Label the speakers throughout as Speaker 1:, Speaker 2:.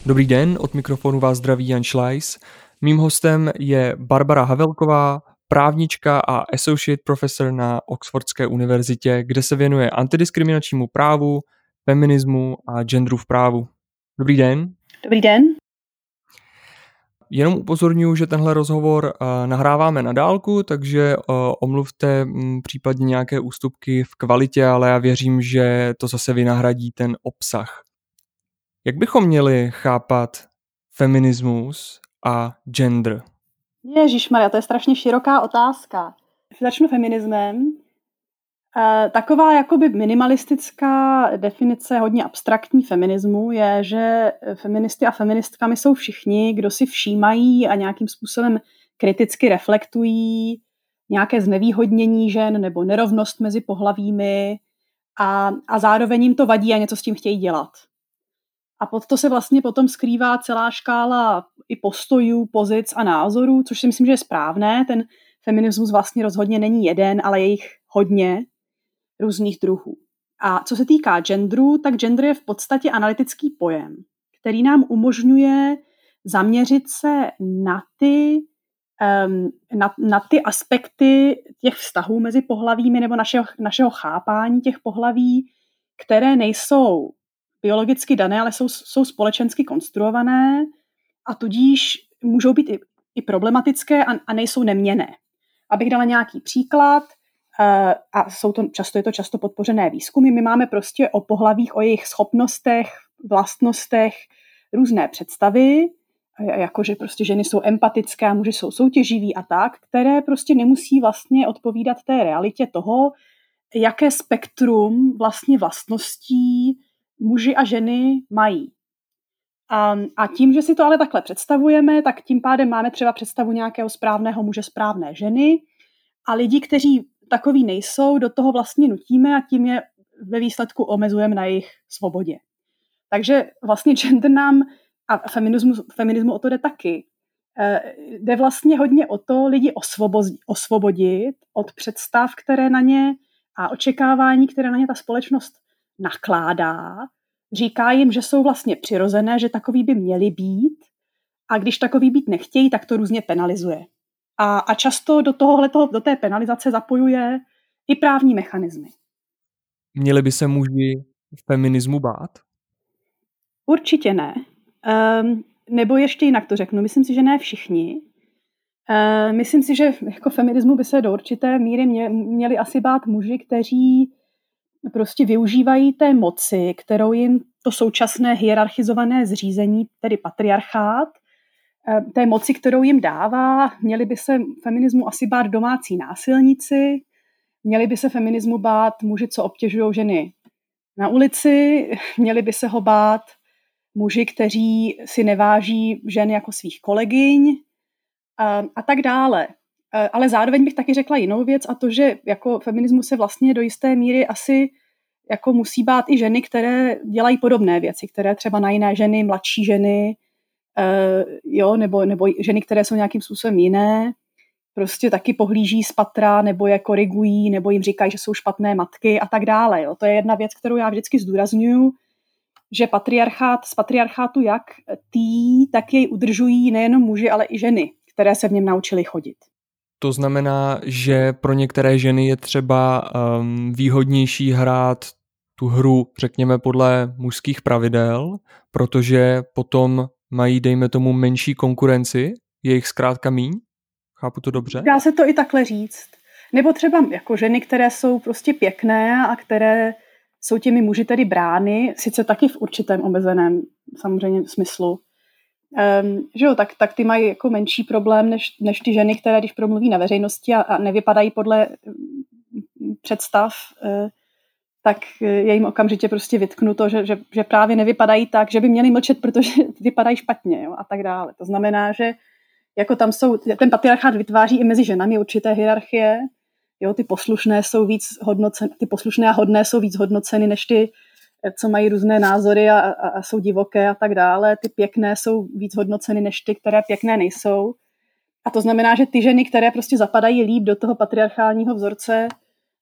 Speaker 1: Dobrý den, od mikrofonu vás zdraví Jan Šlajs. Mým hostem je Barbara Havelková, právnička a associate professor na Oxfordské univerzitě, kde se věnuje antidiskriminačnímu právu, feminismu a genderu v právu. Dobrý den.
Speaker 2: Dobrý den.
Speaker 1: Jenom upozorňuji, že tenhle rozhovor nahráváme na dálku, takže omluvte případně nějaké ústupky v kvalitě, ale já věřím, že to zase vynahradí ten obsah. Jak bychom měli chápat feminismus a gender?
Speaker 2: Ježišmarja, to je strašně široká otázka. Začnu feminismem. Taková jakoby minimalistická definice, hodně abstraktní feminismu je, že feministy a feministkami jsou všichni, kdo si všímají a nějakým způsobem kriticky reflektují nějaké znevýhodnění žen nebo nerovnost mezi pohlavími a zároveň jim to vadí a něco s tím chtějí dělat. A pod to se vlastně potom skrývá celá škála i postojů, pozic a názorů, což si myslím, že je správné. Ten feminismus vlastně rozhodně není jeden, ale je jich hodně různých druhů. A co se týká genderu, tak gender je v podstatě analytický pojem, který nám umožňuje zaměřit se na ty aspekty těch vztahů mezi pohlavími nebo našeho chápání těch pohlaví, které nejsou biologicky dané, ale jsou společensky konstruované a tudíž můžou být i problematické a nejsou neměnné. Abych dala nějaký příklad, a je to často podpořené výzkumy, my máme prostě o pohlavích, o jejich schopnostech, vlastnostech různé představy, jakože prostě ženy jsou empatické, muži jsou soutěživí a tak, které prostě nemusí vlastně odpovídat té realitě toho, jaké spektrum vlastně vlastností muži a ženy mají. A tím, že si to ale takhle představujeme, tak tím pádem máme třeba představu nějakého správného muže, správné ženy a lidi, kteří takový nejsou, do toho vlastně nutíme a tím je ve výsledku omezujeme na jejich svobodě. Takže vlastně gender nám a feminismu o to jde taky. Jde vlastně hodně o to lidi osvobodit od představ, které na ně a očekávání, které na ně ta společnost nakládá, říká jim, že jsou vlastně přirozené, že takový by měli být a když takový být nechtějí, tak to různě penalizuje. A často do té penalizace zapojuje i právní mechanismy.
Speaker 1: Měli by se muži feminismu bát?
Speaker 2: Určitě ne. Nebo ještě jinak to řeknu. Myslím si, že ne všichni. Myslím si, že jako feminismu by se do určité míry měli asi bát muži, kteří prostě využívají té moci, kterou jim to současné hierarchizované zřízení, tedy patriarchát, té moci, kterou jim dává. Měli by se feminismu asi bát domácí násilníci, měli by se feminismu bát muži, co obtěžují ženy na ulici, měli by se ho bát muži, kteří si neváží žen jako svých kolegyň a tak dále. Ale zároveň bych taky řekla jinou věc a to, že jako feminismus se vlastně do jisté míry asi jako musí bát i ženy, které dělají podobné věci, které třeba na jiné ženy, mladší ženy, nebo ženy, které jsou nějakým způsobem jiné, prostě taky pohlíží z patra, nebo je korigují, nebo jim říkají, že jsou špatné matky a tak dále. Jo. To je jedna věc, kterou já vždycky zdůrazňuji, že z patriarchátu jak tak jej udržují nejenom muži, ale i ženy, které se v něm naučily chodit.
Speaker 1: To znamená, že pro některé ženy je třeba výhodnější hrát tu hru, řekněme, podle mužských pravidel, protože potom mají, dejme tomu, menší konkurenci, je jich zkrátka míň? Chápu to dobře?
Speaker 2: Dá se to i takhle říct. Nebo třeba jako ženy, které jsou prostě pěkné a které jsou těmi muži tedy brány, sice taky v určitém omezeném samozřejmě smyslu, že jo, tak ty mají jako menší problém než ty ženy, které když promluví na veřejnosti a nevypadají podle představ, tak je jim okamžitě prostě vytknuto, že právě nevypadají tak, že by měli mlčet, protože vypadají špatně, jo, a tak dále. To znamená, že jako tam ten patriarchát vytváří i mezi ženami určité hierarchie, jo, ty poslušné a hodné jsou víc hodnoceny než ty, co mají různé názory a jsou divoké a tak dále. Ty pěkné jsou víc hodnoceny než ty, které pěkné nejsou. A to znamená, že ty ženy, které prostě zapadají líp do toho patriarchálního vzorce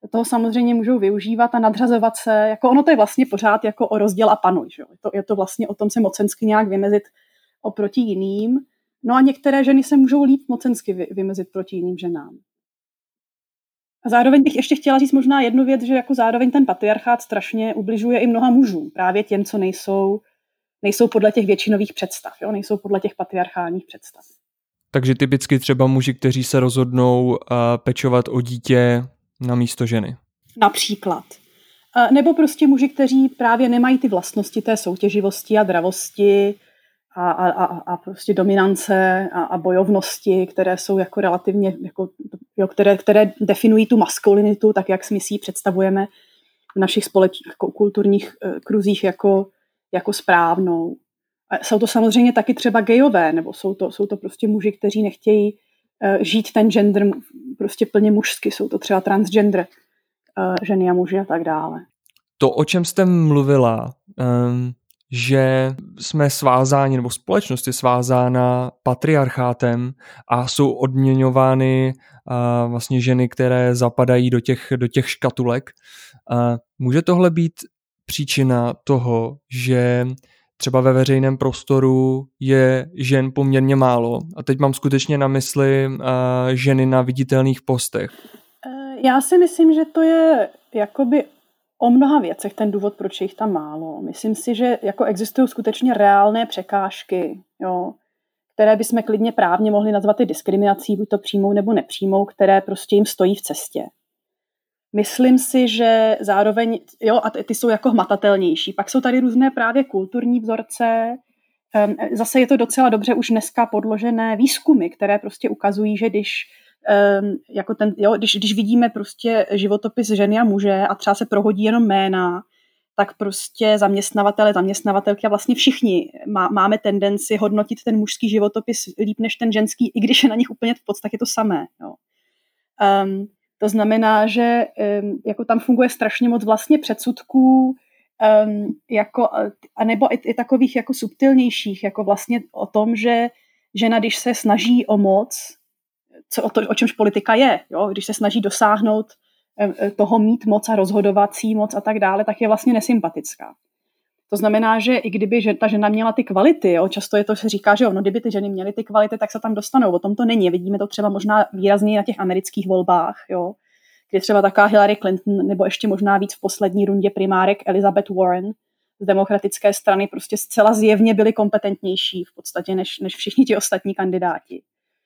Speaker 2: toho samozřejmě můžou využívat a nadřazovat se, jako ono to je vlastně pořád jako o rozděl a panuj, že? Je to vlastně o tom se mocensky nějak vymezit oproti jiným. No a některé ženy se můžou líp mocensky vymezit proti jiným ženám. A zároveň bych ještě chtěla říct možná jednu věc, že jako zároveň ten patriarchát strašně ubližuje i mnoha mužům, právě těm, co nejsou podle těch většinových představ, jo? Nejsou podle těch patriarchálních představ.
Speaker 1: Takže typicky třeba muži, kteří se rozhodnou pečovat o dítě na místo ženy.
Speaker 2: Například. Nebo prostě muži, kteří právě nemají ty vlastnosti té soutěživosti a dravosti a prostě dominance a bojovnosti, které jsou jako relativně, jako, jo, které definují tu maskulinitu, tak jak my si ji představujeme v našich kulturních kruzích jako správnou. A jsou to samozřejmě taky třeba gejové, nebo jsou to prostě muži, kteří nechtějí žít ten gender prostě plně mužsky, jsou to třeba transgender ženy a muži a tak dále.
Speaker 1: To, o čem jste mluvila, že jsme svázáni, nebo společnost je svázána patriarchátem a jsou odměňovány vlastně ženy, které zapadají do těch škatulek. Může tohle být příčina toho, že třeba ve veřejném prostoru je žen poměrně málo? A teď mám skutečně na mysli ženy na viditelných postech.
Speaker 2: Já si myslím, že to je jakoby o mnoha věcech ten důvod, proč je jich tam málo. Myslím si, že jako existují skutečně reálné překážky, jo, které bychom klidně právně mohli nazvat i diskriminací, buď to přímou nebo nepřímou, které prostě jim stojí v cestě. Myslím si, že zároveň, jo, a ty jsou jako hmatatelnější. Pak jsou tady různé právě kulturní vzorce. Zase je to docela dobře už dneska podložené výzkumy, které prostě ukazují, že když vidíme prostě životopis ženy a muže a třeba se prohodí jenom jména, tak prostě zaměstnavatelky a vlastně všichni máme tendenci hodnotit ten mužský životopis líp než ten ženský, i když je na nich úplně v podstatě to samé. Jo. To znamená, že jako tam funguje strašně moc vlastně předsudků, nebo i takových jako subtilnějších, jako vlastně o tom, že žena, když se snaží o moc, o čemž politika je, jo? Když se snaží dosáhnout toho mít moc a rozhodovací moc a tak dále, tak je vlastně nesympatická. To znamená, že i kdyby ta žena měla ty kvality, jo? Často je to, se říká, že kdyby ty ženy měly ty kvality, tak se tam dostanou. O tom to není. Vidíme to třeba možná výrazněji na těch amerických volbách, jo? Kdy třeba taká Hillary Clinton, nebo ještě možná víc v poslední rundě primárek Elizabeth Warren z demokratické strany prostě zcela zjevně byly kompetentnější v podstatě než všichni ti ostatní kandidáti.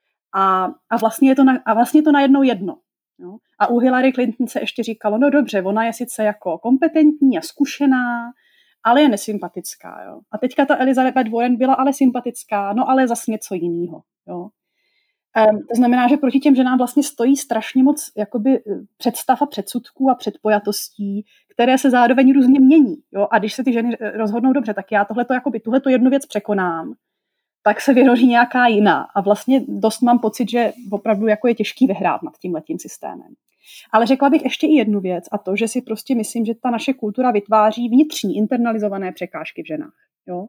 Speaker 2: A vlastně je to najednou jedno. Jo? A u Hillary Clinton se ještě říkalo, no dobře, ona je sice jako kompetentní a zkušená, ale je nesympatická. Jo? A teďka ta Elizabeth Warren byla ale sympatická, no ale zase něco jiného. Jo? To znamená, že proti těm ženám vlastně stojí strašně moc jakoby představ a předsudků a předpojatostí, které se zároveň různě mění. Jo? A když se ty ženy rozhodnou dobře, tak já tuhleto jednu věc překonám, tak se vyroří nějaká jiná. A vlastně dost mám pocit, že opravdu jako je těžký vyhrát nad tímhletím systémem. Ale řekla bych ještě i jednu věc, a to, že si prostě myslím, že ta naše kultura vytváří vnitřní internalizované překážky v ženách. Jo?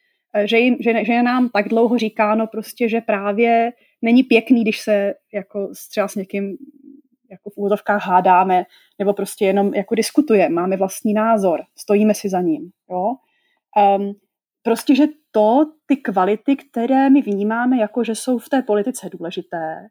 Speaker 2: Že nám tak dlouho říkáno prostě, že právě není pěkný, když se jako třeba s někým jako v úvozovkách hádáme, nebo prostě jenom jako diskutujeme, máme vlastní názor, stojíme si za ním. Jo? Prostě, že ty kvality, které my vnímáme, jako že jsou v té politice důležité,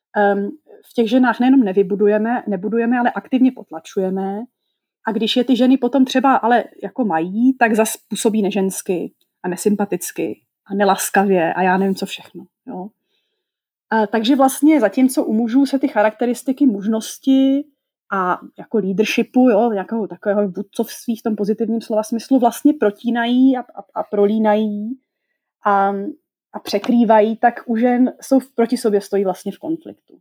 Speaker 2: v těch ženách nejenom nebudujeme, ale aktivně potlačujeme. A když je ty ženy potom třeba ale jako mají, tak zase působí nežensky a nesympaticky a nelaskavě a já nevím, co všechno. Jo? Takže vlastně zatímco u mužů se ty charakteristiky mužnosti a jako leadershipu, jo, nějakého takového vůdcovství v tom pozitivním slova smyslu vlastně protínají a prolínají a překrývají, tak u žen proti sobě stojí vlastně v konfliktu.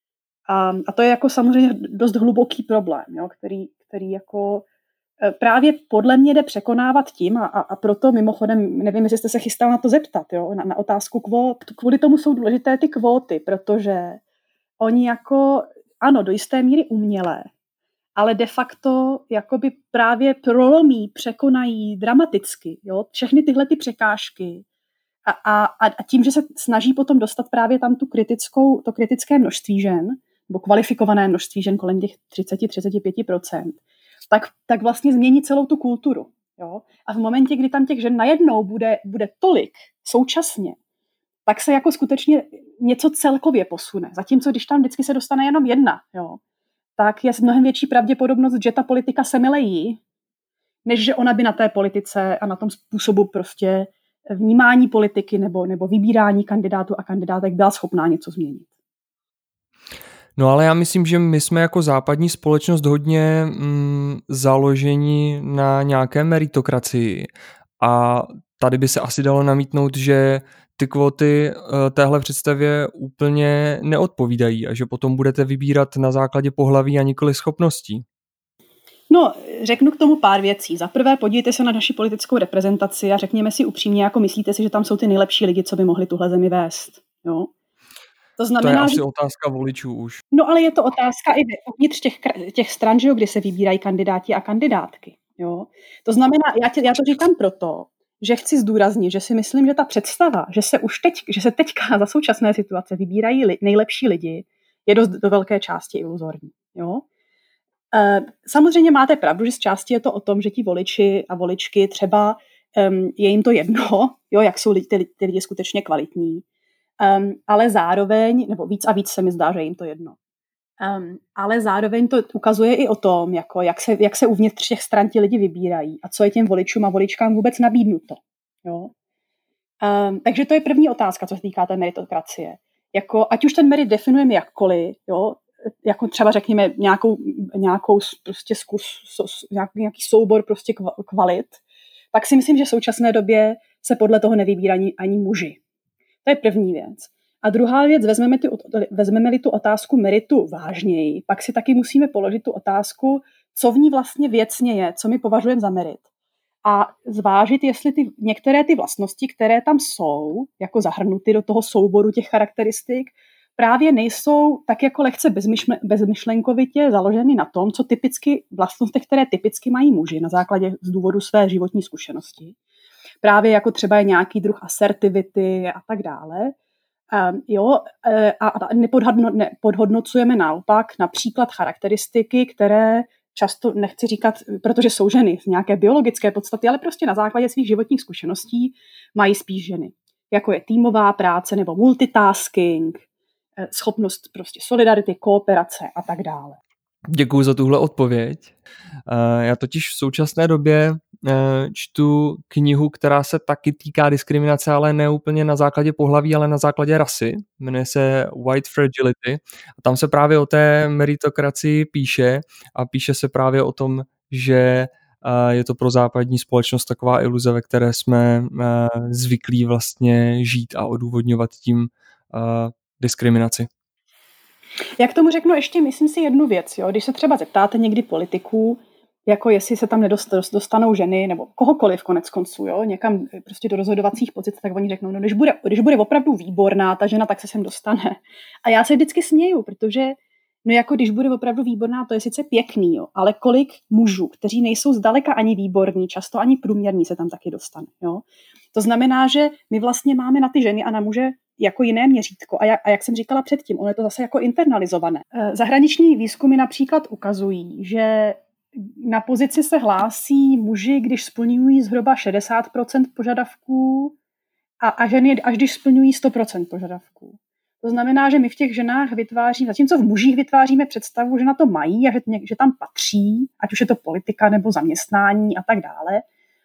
Speaker 2: A to je jako samozřejmě dost hluboký problém, jo, který jako právě podle mě jde překonávat tím a proto mimochodem, nevím, jestli jste se chystal na to zeptat, jo, na otázku kvót. Kvůli tomu jsou důležité ty kvóty, protože oni jako, ano, do jisté míry umělé, ale de facto jakoby právě překonají dramaticky, jo, všechny tyhle ty překážky a tím, že se snaží potom dostat právě tam to kritické množství žen, nebo kvalifikované množství žen kolem těch 30-35%, tak vlastně změní celou tu kulturu. Jo? A v momentě, kdy tam těch žen najednou bude tolik současně, tak se jako skutečně něco celkově posune. Zatímco když tam vždycky se dostane jenom jedna, jo, tak je mnohem větší pravděpodobnost, že ta politika se milejí, než že ona by na té politice a na tom způsobu prostě vnímání politiky nebo vybírání kandidátů a kandidátek byla schopná něco změnit.
Speaker 1: No ale já myslím, že my jsme jako západní společnost hodně založeni na nějaké meritokracii a tady by se asi dalo namítnout, že ty kvóty téhle představě úplně neodpovídají a že potom budete vybírat na základě pohlaví a nikoli schopností.
Speaker 2: No, řeknu k tomu pár věcí. Za prvé, podívejte se na naši politickou reprezentaci a řekněme si upřímně, jako myslíte si, že tam jsou ty nejlepší lidi, co by mohli tuhle zemi vést. Jo?
Speaker 1: To znamená, to je asi otázka voličů už.
Speaker 2: No, ale je to otázka i uvnitř těch stran, že jo, kdy se vybírají kandidáti a kandidátky. Jo? To znamená, já to říkám proto, že chci zdůraznit, že si myslím, že ta představa, že se teďka za současné situace vybírají nejlepší lidi, je do velké části iluzorní. Jo? Samozřejmě máte pravdu, že z části je to o tom, že ti voliči a voličky třeba je jim to jedno, jo, jak jsou ty lidi skutečně kvalitní, ale zároveň, nebo víc a víc se mi zdá, že jim to jedno. Ale zároveň to ukazuje i o tom, jako jak se uvnitř těch stran ti lidi vybírají a co je těm voličům a voličkám vůbec nabídnuto. Jo? Takže to je první otázka, co se týká té meritokracie. Jako, ať už ten merit definujeme jakkoliv, jo, jako třeba řekněme nějakou prostě nějaký soubor prostě kvalit, tak si myslím, že v současné době se podle toho nevybírají ani muži. To je první věc. A druhá věc, vezmeme-li tu otázku meritu vážněji, pak si taky musíme položit tu otázku, co v ní vlastně věcně je, co my považujeme za merit. A zvážit, jestli některé ty vlastnosti, které tam jsou, jako zahrnuty do toho souboru těch charakteristik, právě nejsou tak jako lehce bezmyšlenkovitě založeny na tom, co typicky vlastnosti, které typicky mají muži na základě z důvodu své životní zkušenosti. Právě jako třeba je nějaký druh asertivity a tak dále. A nepodhodnocujeme naopak například charakteristiky, které často, nechci říkat, protože jsou ženy z nějaké biologické podstaty, ale prostě na základě svých životních zkušeností mají spíš ženy. Jako je týmová práce nebo multitasking, schopnost prostě solidarity, kooperace a tak dále.
Speaker 1: Děkuji za tuhle odpověď. Já totiž v současné době čtu knihu, která se taky týká diskriminace, ale ne úplně na základě pohlaví, ale na základě rasy. Jmenuje se White Fragility. A tam se právě o té meritokracii píše a píše se právě o tom, že je to pro západní společnost taková iluze, ve které jsme zvyklí vlastně žít a odůvodňovat tím diskriminaci.
Speaker 2: Jak tomu řeknu ještě, myslím si jednu věc. Jo? Když se třeba zeptáte někdy politiků, jako jestli se tam dostanou ženy, nebo kohokoliv konec konců, jo? Někam prostě do rozhodovacích pozic, tak oni řeknou, no když bude opravdu výborná ta žena, tak se sem dostane. A já se vždycky směju, protože no jako když bude opravdu výborná, to je sice pěkný, jo? Ale kolik mužů, kteří nejsou zdaleka ani výborní, často ani průměrní, se tam taky dostane. Jo? To znamená, že my vlastně máme na ty ženy a na muže jako jiné měřítko. A jak jsem říkala předtím, ono je to zase jako internalizované. Zahraniční výzkumy například ukazují, že na pozici se hlásí muži, když splňují zhruba 60% požadavků a ženy až když splňují 100% požadavků. To znamená, že my v těch ženách vytváříme, zatímco v mužích vytváříme představu, že na to mají a že tam patří, ať už je to politika nebo zaměstnání a tak dále,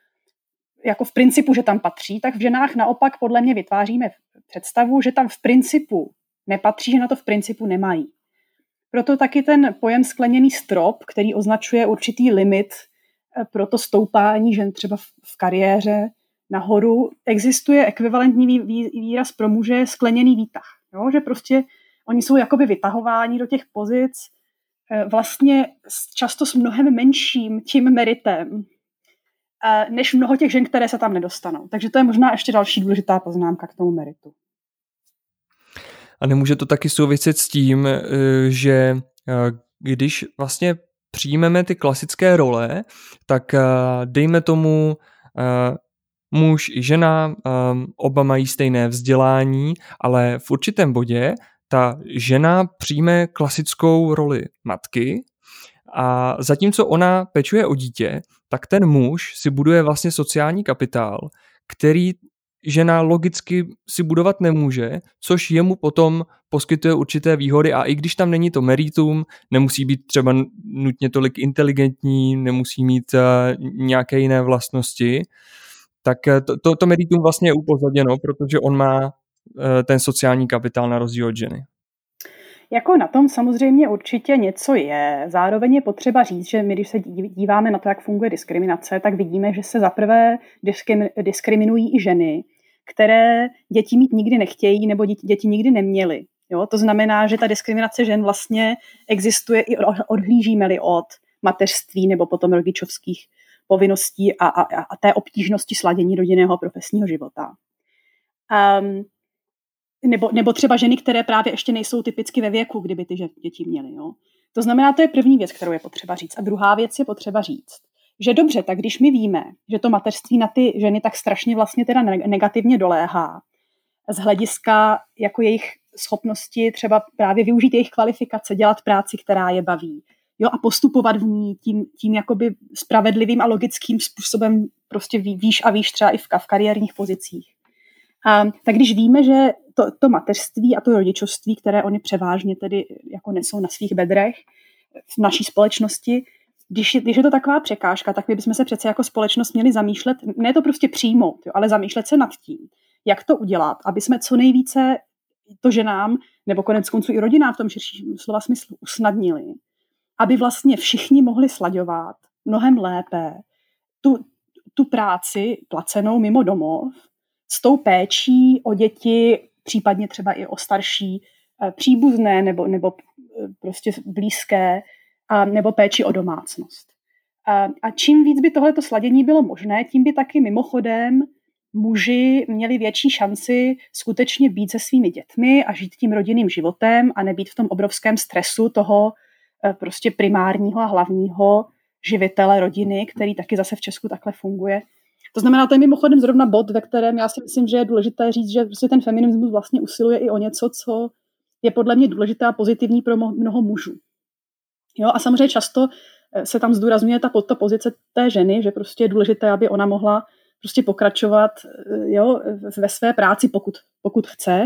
Speaker 2: jako v principu, že tam patří, tak v ženách naopak podle mě vytváříme představu, že tam v principu nepatří, že na to v principu nemají. Proto taky ten pojem skleněný strop, který označuje určitý limit pro to stoupání žen třeba v kariéře nahoru, existuje ekvivalentní výraz pro muže skleněný výtah. Jo? Že prostě oni jsou jakoby vytahováni do těch pozic vlastně často s mnohem menším tím meritem, než mnoho těch žen, které se tam nedostanou. Takže to je možná ještě další důležitá poznámka k tomu meritu.
Speaker 1: A nemůže to taky souviset s tím, že když vlastně přijmeme ty klasické role, tak dejme tomu muž i žena, oba mají stejné vzdělání, ale v určitém bodě ta žena přijme klasickou roli matky a zatímco ona pečuje o dítě, tak ten muž si buduje vlastně sociální kapitál, který žena logicky si budovat nemůže, což jemu potom poskytuje určité výhody a i když tam není to meritum, nemusí být třeba nutně tolik inteligentní, nemusí mít nějaké jiné vlastnosti, tak to meritum vlastně je upozaděno, protože on má ten sociální kapitál na rozdíl od ženy.
Speaker 2: Jako na tom samozřejmě určitě něco je. Zároveň je potřeba říct, že my, když se díváme na to, jak funguje diskriminace, tak vidíme, že se zaprvé diskriminují i ženy, které děti mít nikdy nechtějí nebo děti nikdy neměly. Jo? To znamená, že ta diskriminace žen vlastně existuje i odhlížíme-li od mateřství nebo potom rodičovských povinností a té obtížnosti sladění rodinného a profesního života. Nebo třeba ženy, které právě ještě nejsou typicky ve věku, kdyby ty děti měly. Jo? To znamená, to je první věc, kterou je potřeba říct. A druhá věc je potřeba říct, že dobře, tak když my víme, že to mateřství na ty ženy tak strašně vlastně teda negativně doléhá z hlediska jako jejich schopnosti třeba právě využít jejich kvalifikace, dělat práci, která je baví, jo, a postupovat v ní tím jakoby spravedlivým a logickým způsobem prostě výš a výš třeba i v kariérních pozicích. Tak když víme, že to mateřství a to rodičovství, které oni převážně tedy jako nesou na svých bedrech v naší společnosti, když je to taková překážka, tak my bychom se přece jako společnost měli zamýšlet, ne to prostě přijmout, jo, ale zamýšlet se nad tím, jak to udělat, aby jsme co nejvíce to ženám, nebo konec konců i rodinám v tom širším slova smyslu usnadnili, aby vlastně všichni mohli slaďovat mnohem lépe tu práci placenou mimo domov s tou péčí o děti, případně třeba i o starší příbuzné nebo prostě blízké, nebo péči o domácnost. A čím víc by tohleto sladění bylo možné, tím by taky mimochodem muži měli větší šanci skutečně být se svými dětmi a žít tím rodinným životem a nebýt v tom obrovském stresu toho prostě primárního a hlavního živitele rodiny, který taky zase v Česku takhle funguje. To znamená, to je mimochodem zrovna bod, ve kterém já si myslím, že je důležité říct, že prostě ten feminismus vlastně usiluje i o něco, co je podle mě důležité a pozitivní pro mnoho mužů. Jo, a samozřejmě často se tam zdůrazňuje ta pozice té ženy, že prostě je důležité, aby ona mohla prostě pokračovat, jo, ve své práci, pokud chce,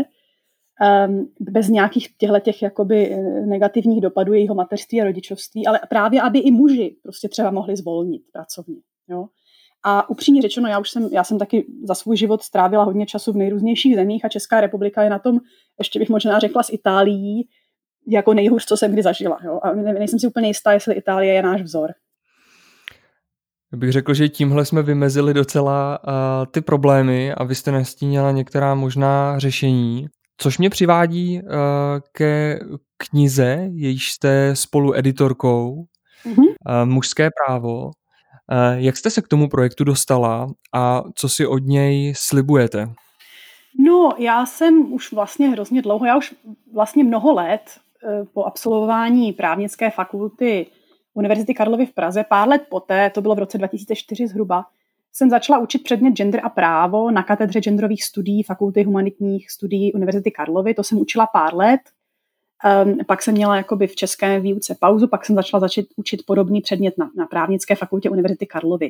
Speaker 2: bez nějakých těchto jakoby negativních dopadů jejího mateřství a rodičovství, ale právě, aby i muži prostě třeba mohli zvolnit pracovně. Jo. A upřímně řečeno, já jsem taky za svůj život strávila hodně času v nejrůznějších zemích a Česká republika je na tom, ještě bych možná řekla s Itálií, jako nejhůř, co jsem kdy zažila. Jo. A nejsem si úplně jistá, jestli Itálie je náš vzor.
Speaker 1: Bych řekl, že tímhle jsme vymezili docela ty problémy a vy jste nastínila některá možná řešení, což mě přivádí ke knize, jejíž jste spolueditorkou, Mužské právo. Jak jste se k tomu projektu dostala a co si od něj slibujete?
Speaker 2: No, já jsem už vlastně hrozně dlouho, já už vlastně mnoho let po absolvování právnické fakulty Univerzity Karlovy v Praze, pár let poté, to bylo v roce 2004 zhruba, jsem začala učit předmět gender a právo na katedře genderových studií Fakulty humanitních studií Univerzity Karlovy. To jsem učila pár let. Pak jsem měla jakoby v české výuce pauzu, pak jsem začala učit podobný předmět na právnické fakultě Univerzity Karlovy.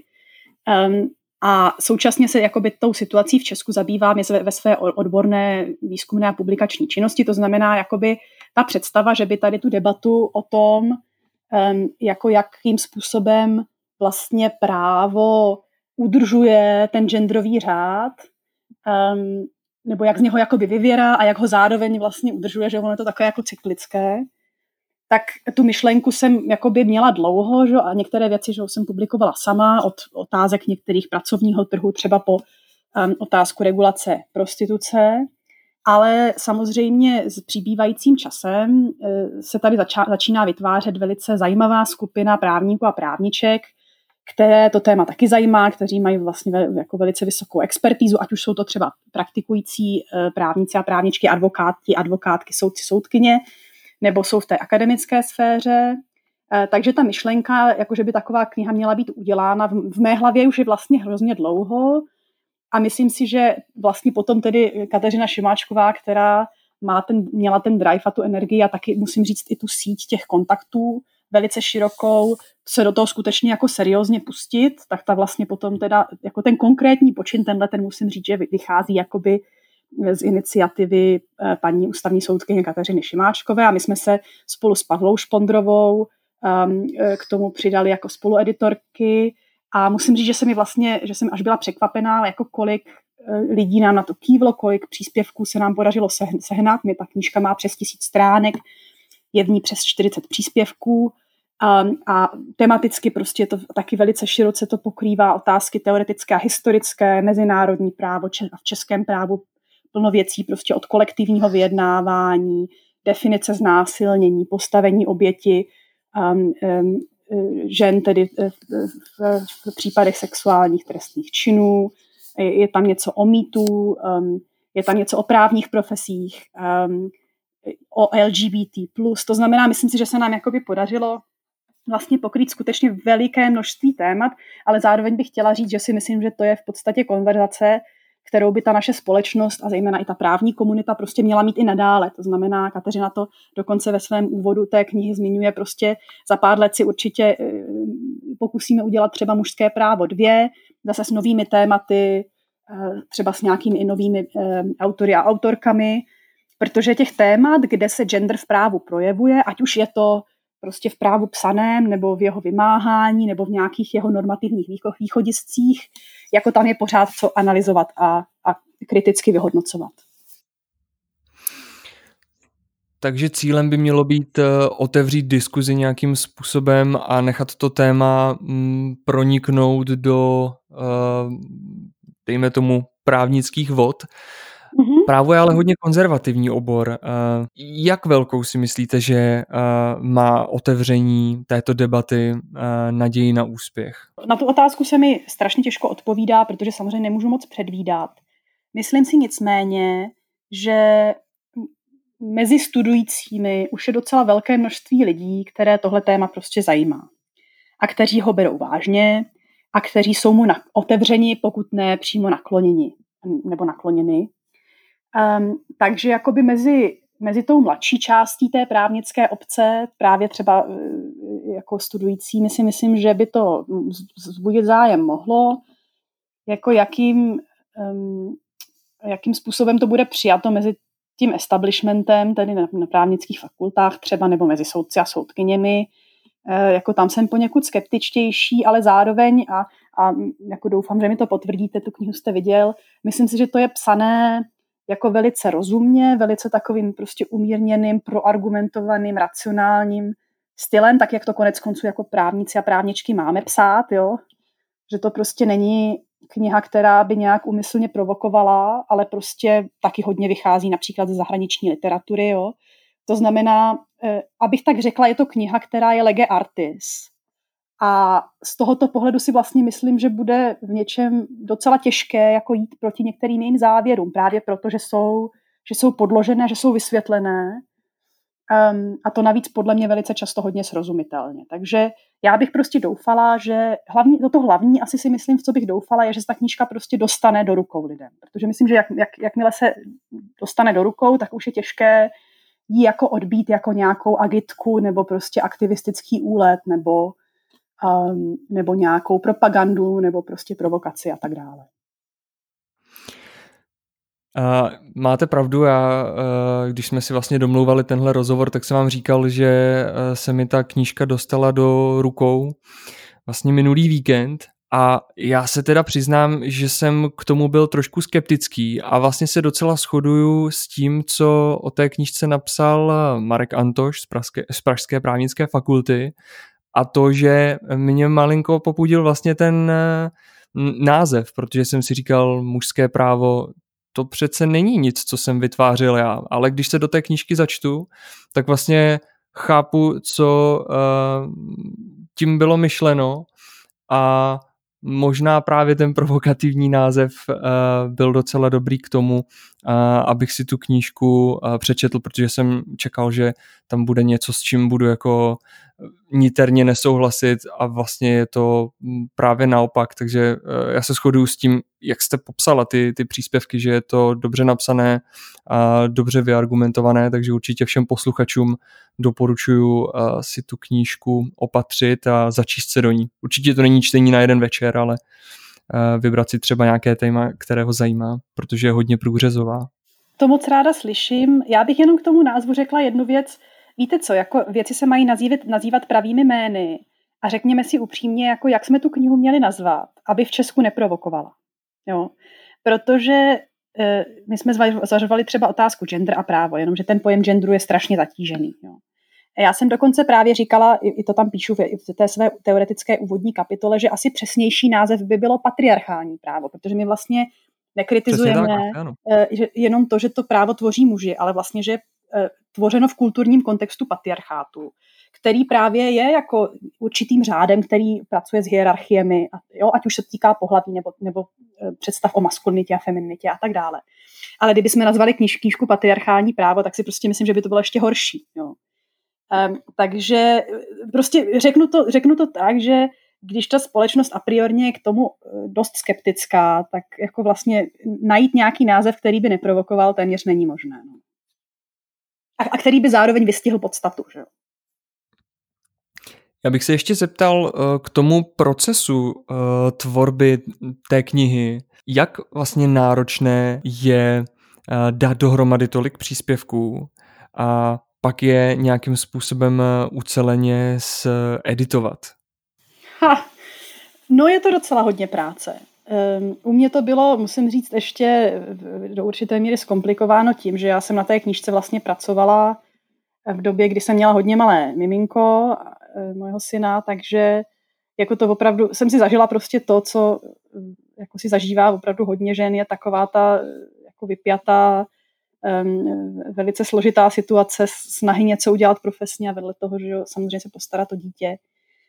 Speaker 2: A současně se jakoby tou situací v Česku zabývám ve své odborné výzkumné a publikační činnosti. To znamená jakoby ta představa, že by tady tu debatu o tom, jako jakým způsobem vlastně právo udržuje ten genderový řád, nebo jak z něho jakoby vyvěrá a jak ho zároveň vlastně udržuje, že ono je to takové jako cyklické, tak tu myšlenku jsem jakoby měla dlouho, že, a některé věci, že jsem publikovala sama, od otázek některých pracovního trhu, třeba po otázku regulace prostituce, ale samozřejmě s přibývajícím časem se tady začíná vytvářet velice zajímavá skupina právníků a právniček, které to téma taky zajímá, kteří mají vlastně jako velice vysokou expertízu, ať už jsou to třeba praktikující právníci a právničky, advokátky, soudci, soudkyně, nebo jsou v té akademické sféře. Takže ta myšlenka, jakože by taková kniha měla být udělána, v mé hlavě už je vlastně hrozně dlouho a myslím si, že vlastně potom tedy Kateřina Šimáčková, která měla ten drive a tu energii a taky musím říct i tu síť těch kontaktů velice širokou, se do toho skutečně jako seriózně pustit, tak ta vlastně potom teda jako ten konkrétní počin, ten musím říct, že vychází jakoby z iniciativy paní ústavní soudkyně Kateřiny Šimáčkové a my jsme se spolu s Pavlou Špondrovou k tomu přidali jako spolueditorky a musím říct, že jsem až byla překvapená, jako kolik lidí nám na to kývlo, kolik příspěvků se nám podařilo sehnat. Ta knížka má přes 1000 stránek, je v ní přes 40 příspěvků a tematicky prostě to taky velice široce to pokrývá otázky teoretické a historické, mezinárodní právo a v českém právu plno věcí prostě od kolektivního vyjednávání, definice znásilnění, postavení oběti žen tedy v případech sexuálních trestných činů. Je tam něco o mýtu, je tam něco o právních profesích, o LGBT+. To znamená, myslím si, že se nám jakoby podařilo vlastně pokrýt skutečně veliké množství témat, ale zároveň bych chtěla říct, že si myslím, že to je v podstatě konverzace, kterou by ta naše společnost a zejména i ta právní komunita prostě měla mít i nadále. To znamená, Kateřina to dokonce ve svém úvodu té knihy zmiňuje, prostě za pár let si určitě pokusíme udělat třeba mužské právo 2, zase s novými tématy, třeba s nějakými i novými autory a autorkami, protože těch témat, kde se gender v právu projevuje, ať už je to prostě v právu psaném, nebo v jeho vymáhání, nebo v nějakých jeho normativních východiscích, jako tam je pořád co analyzovat a kriticky vyhodnocovat.
Speaker 1: Takže cílem by mělo být otevřít diskuzi nějakým způsobem a nechat to téma proniknout do, dejme tomu, právnických vod. Právo je ale hodně konzervativní obor. Jak velkou si myslíte, že má otevření této debaty naději na úspěch?
Speaker 2: Na tu otázku se mi strašně těžko odpovídá, protože samozřejmě nemůžu moc předvídat. Myslím si nicméně, že mezi studujícími už je docela velké množství lidí, které tohle téma prostě zajímá a kteří ho berou vážně a kteří jsou mu otevřeni, pokud ne přímo nakloněni nebo nakloněni. Takže jakoby mezi tou mladší částí té právnické obce, právě třeba jako studujícími si myslím, že by to vzbudit zájem mohlo, jako jakým způsobem to bude přijato mezi tím establishmentem, tedy na právnických fakultách třeba, nebo mezi soudci a soudkyněmi. Jako tam jsem poněkud skeptičtější, ale zároveň a jako doufám, že mi to potvrdíte, tu knihu jste viděl, myslím si, že to je psané jako velice rozumně, velice takovým prostě umírněným, proargumentovaným, racionálním stylem, tak jak to konec konců jako právníci a právničky máme psát, jo? Že to prostě není kniha, která by nějak úmyslně provokovala, ale prostě taky hodně vychází například ze zahraniční literatury, jo? To znamená, abych tak řekla, je to kniha, která je lege artis. A z tohoto pohledu si vlastně myslím, že bude v něčem docela těžké jako jít proti některým jiným závěrům, právě proto, že jsou podložené, že jsou vysvětlené a to navíc podle mě velice často hodně srozumitelně. Takže já bych prostě doufala, že to hlavní asi si myslím, v co bych doufala, je, že se ta knížka prostě dostane do rukou lidem. Protože myslím, že jakmile se dostane do rukou, tak už je těžké ji jako odbít jako nějakou agitku nebo prostě aktivistický úlet nebo nějakou propagandu, nebo prostě provokaci a tak dále.
Speaker 1: Máte pravdu, když jsme si vlastně domlouvali tenhle rozhovor, tak jsem vám říkal, že se mi ta knížka dostala do rukou vlastně minulý víkend a já se teda přiznám, že jsem k tomu byl trošku skeptický a vlastně se docela shoduju s tím, co o té knížce napsal Marek Antoš z Pražské právnické fakulty a to, že mě malinko popudil vlastně ten název, protože jsem si říkal mužské právo, to přece není nic, co jsem vytvářel já, ale když se do té knížky začtu, tak vlastně chápu, co tím bylo myšleno a možná právě ten provokativní název byl docela dobrý k tomu, abych si tu knížku přečetl, protože jsem čekal, že tam bude něco, s čím budu jako niterně nesouhlasit a vlastně je to právě naopak, takže já se shoduju s tím, jak jste popsala ty příspěvky, že je to dobře napsané a dobře vyargumentované, takže určitě všem posluchačům doporučuji si tu knížku opatřit a začíst se do ní. Určitě to není čtení na jeden večer, ale vybrat si třeba nějaké téma, které ho zajímá, protože je hodně průřezová.
Speaker 2: To moc ráda slyším. Já bych jenom k tomu názvu řekla jednu věc. Víte co, jako věci se mají nazývat pravými jmény a řekněme si upřímně, jako jak jsme tu knihu měli nazvat, aby v Česku neprovokovala. Jo? Protože my jsme zvažovali třeba otázku gender a právo, jenomže ten pojem genderu je strašně zatížený. Jo? Já jsem dokonce právě říkala, i to tam píšu v té své teoretické úvodní kapitole, že asi přesnější název by bylo patriarchální právo, protože my vlastně nekritizujeme jenom to, že to právo tvoří muži, ale vlastně, že je tvořeno v kulturním kontextu patriarchátu, který právě je jako určitým řádem, který pracuje s hierarchiemi, ať už se týká pohlaví nebo představ o maskulinitě a femininitě a tak dále. Ale kdybychom nazvali knížku patriarchální právo, tak si prostě myslím, že by to bylo ještě horší. Jo. Takže prostě řeknu to tak, že když ta společnost a priorně je k tomu dost skeptická, tak jako vlastně najít nějaký název, který by neprovokoval, téměř není možné. No. A který by zároveň vystihl podstatu. Že?
Speaker 1: Já bych se ještě zeptal k tomu procesu tvorby té knihy. Jak vlastně náročné je dát dohromady tolik příspěvků a pak je nějakým způsobem uceleně editovat?
Speaker 2: No je to docela hodně práce. U mě to bylo, musím říct, ještě do určité míry zkomplikováno tím, že já jsem na té knížce vlastně pracovala v době, kdy jsem měla hodně malé miminko, mojeho syna, takže jako to opravdu, jsem si zažila prostě to, co jako si zažívá opravdu hodně žen, je taková ta jako vypjatá, velice složitá situace, snahy něco udělat profesně a vedle toho, že samozřejmě se postarat o dítě.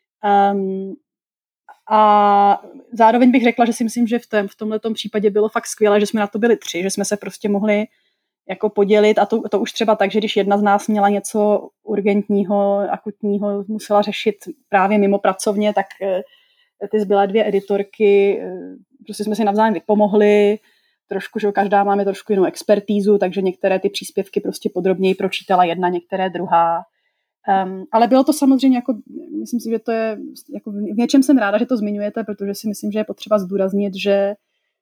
Speaker 2: A zároveň bych řekla, že si myslím, že v tomhletom případě bylo fakt skvělé, že jsme na to byli 3, že jsme se prostě mohli jako podělit a to už třeba tak, že když jedna z nás měla něco urgentního, akutního, musela řešit právě mimo pracovně, tak ty zbylé 2 editorky, prostě jsme si navzájem vypomohli, trošku, že každá máme trošku jinou expertízu, takže některé ty příspěvky prostě podrobněji pročítala jedna, některé druhá. Ale bylo to samozřejmě, jako, myslím si, že to je, jako v něčem jsem ráda, že to zmiňujete, protože si myslím, že je potřeba zdůraznit, že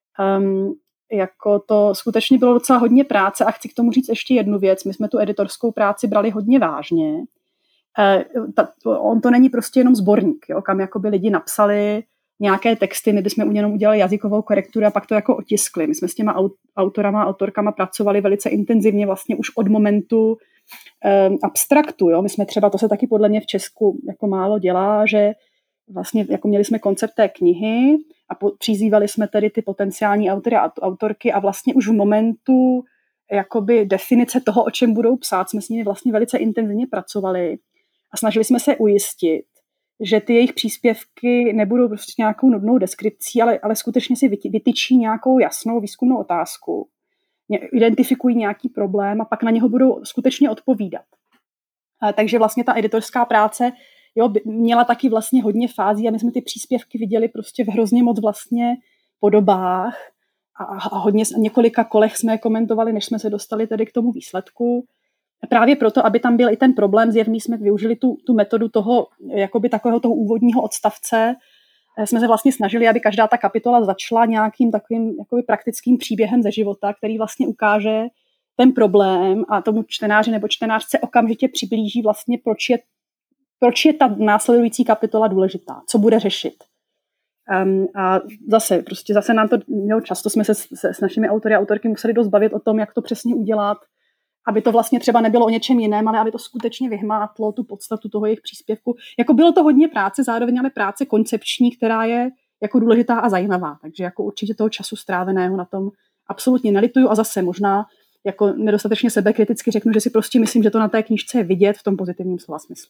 Speaker 2: jako to skutečně bylo docela hodně práce a chci k tomu říct ještě jednu věc. My jsme tu editorskou práci brali hodně vážně. On to není prostě jenom sborník, jo, kam jakoby lidi napsali nějaké texty, my bychom jenom udělali jazykovou korekturu a pak to jako otiskli. My jsme s těma autorama a autorkama pracovali velice intenzivně vlastně už od momentu abstraktu. Jo. My jsme třeba, to se taky podle mě v Česku jako málo dělá, že vlastně jako měli jsme koncept té knihy a přizývali jsme tedy ty potenciální autory a autorky a vlastně už v momentu jakoby definice toho, o čem budou psát, jsme s nimi vlastně velice intenzivně pracovali a snažili jsme se ujistit, že ty jejich příspěvky nebudou prostě nějakou nudnou deskripcí, ale skutečně si vytyčí nějakou jasnou výzkumnou otázku, identifikují nějaký problém a pak na něho budou skutečně odpovídat. Takže vlastně ta editorská práce měla taky vlastně hodně fází a my jsme ty příspěvky viděli prostě v hrozně moc vlastně podobách a hodně několika kolech jsme je komentovali, než jsme se dostali tedy k tomu výsledku. Právě proto, aby tam byl i ten problém zjevný, jsme využili tu metodu toho, jakoby takového toho úvodního odstavce. Jsme se vlastně snažili, aby každá ta kapitola začala nějakým takovým jakoby praktickým příběhem ze života, který vlastně ukáže ten problém a tomu čtenáři nebo čtenářce okamžitě přiblíží vlastně, proč je ta následující kapitola důležitá, co bude řešit. A zase nám to často jsme se s našimi autory a autorky museli dost bavit o tom, jak to přesně udělat, aby to vlastně třeba nebylo o něčem jiném, ale aby to skutečně vyhmátlo tu podstatu toho jejich příspěvku. Jako bylo to hodně práce, zároveň ale práce koncepční, která je jako důležitá a zajímavá. Takže jako určitě toho času stráveného na tom absolutně nelituju a zase možná jako nedostatečně sebekriticky řeknu, že si prostě myslím, že to na té knížce je vidět v tom pozitivním slova smyslu.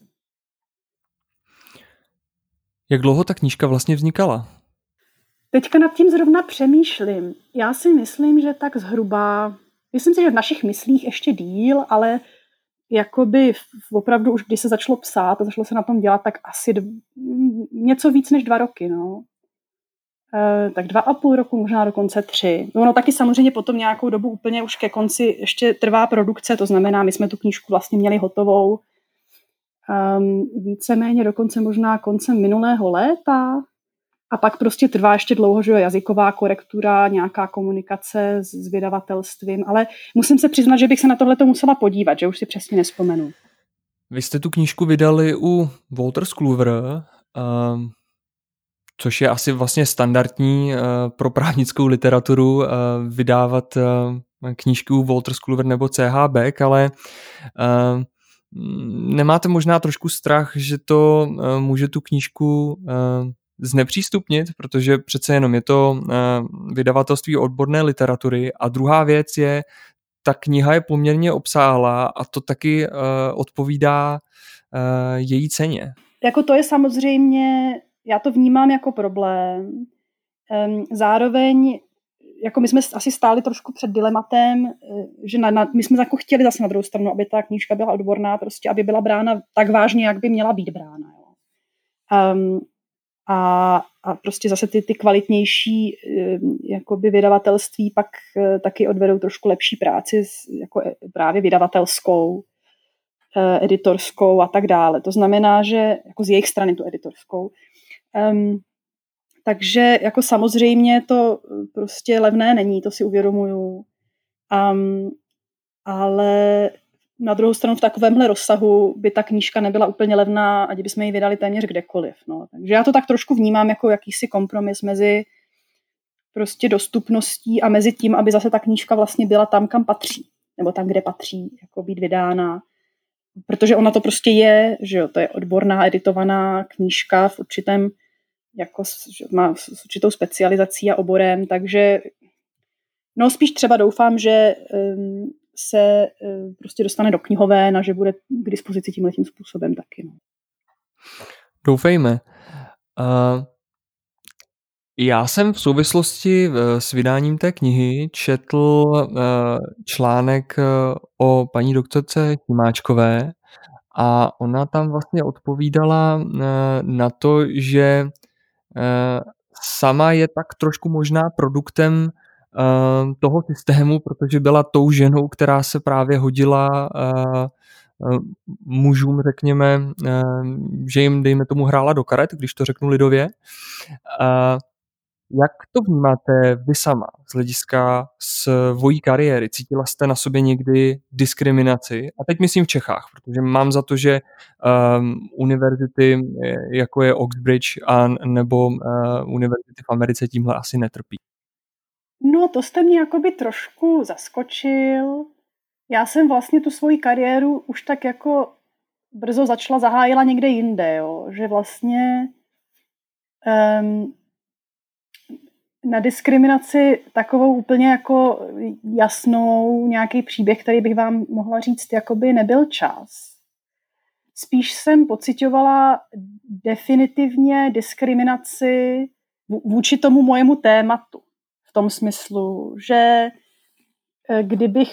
Speaker 1: Jak dlouho ta knížka vlastně vznikala?
Speaker 2: Teďka nad tím zrovna přemýšlím. Já si myslím, že tak zhruba myslím si, že v našich myslích ještě díl, ale jakoby opravdu už když se začalo psát a začalo se na tom dělat, tak asi něco víc než 2 roky, no. Tak 2,5 roku, možná dokonce 3. Ono taky samozřejmě potom nějakou dobu úplně už ke konci ještě trvá produkce, to znamená, my jsme tu knížku vlastně měli hotovou víceméně dokonce možná koncem minulého léta a pak prostě trvá ještě dlouho, že jo, jazyková korektura, nějaká komunikace s vydavatelstvím, ale musím se přiznat, že bych se na tohleto musela podívat, že už si přesně nespomenu.
Speaker 1: Vy jste tu knížku vydali u Wolters Kluwer, což je asi vlastně standardní pro právnickou literaturu vydávat knížky u Wolters Kluwer nebo CH Beck, ale nemáte možná trošku strach, že to může tu knížku znepřístupnit, protože přece jenom je to vydavatelství odborné literatury a druhá věc je, ta kniha je poměrně obsáhlá a to taky odpovídá její ceně.
Speaker 2: Jako to je samozřejmě, já to vnímám jako problém. Zároveň, jako my jsme asi stáli trošku před dilematem, že my jsme jako chtěli zase na druhou stranu, aby ta knížka byla odborná, prostě aby byla brána tak vážně, jak by měla být brána. Jo. A prostě zase ty kvalitnější jakoby vydavatelství pak taky odvedou trošku lepší práci, jako právě vydavatelskou, editorskou a tak dále. To znamená, že jako z jejich strany tu editorskou. Takže jako samozřejmě to prostě levné není, to si uvědomuju. Ale na druhou stranu v takovémhle rozsahu by ta knížka nebyla úplně levná, ať bychom ji vydali téměř kdekoliv. No. Takže já to tak trošku vnímám jako jakýsi kompromis mezi prostě dostupností a mezi tím, aby zase ta knížka vlastně byla tam, kam patří. Nebo tam, kde patří, jako být vydána. Protože ona to prostě je, že jo, to je odborná, editovaná knížka v určitém, jako má s určitou specializací a oborem, takže no spíš třeba doufám, že se prostě dostane do knihoven a že bude k dispozici tímhletím způsobem taky. No.
Speaker 1: Doufejme. Já jsem v souvislosti s vydáním té knihy četl článek o paní doktorce Chymáčkové a ona tam vlastně odpovídala na to, že sama je tak trošku možná produktem toho systému, protože byla tou ženou, která se právě hodila mužům, řekněme, že jim, dejme tomu, hrála do karet, když to řeknu lidově. Jak to vnímáte vy sama z hlediska svojí kariéry? Cítila jste na sobě někdy diskriminaci? A teď myslím v Čechách, protože mám za to, že univerzity, jako je Oxbridge nebo univerzity v Americe tímhle asi netrpí.
Speaker 2: No, to jste mě jakoby trošku zaskočil. Já jsem vlastně tu svoji kariéru už tak jako brzo zahájila někde jinde, jo? Že vlastně na diskriminaci takovou úplně jako jasnou, nějaký příběh, který bych vám mohla říct, jakoby nebyl čas. Spíš jsem pociťovala definitivně diskriminaci vůči tomu mojemu tématu. V tom smyslu, že kdybych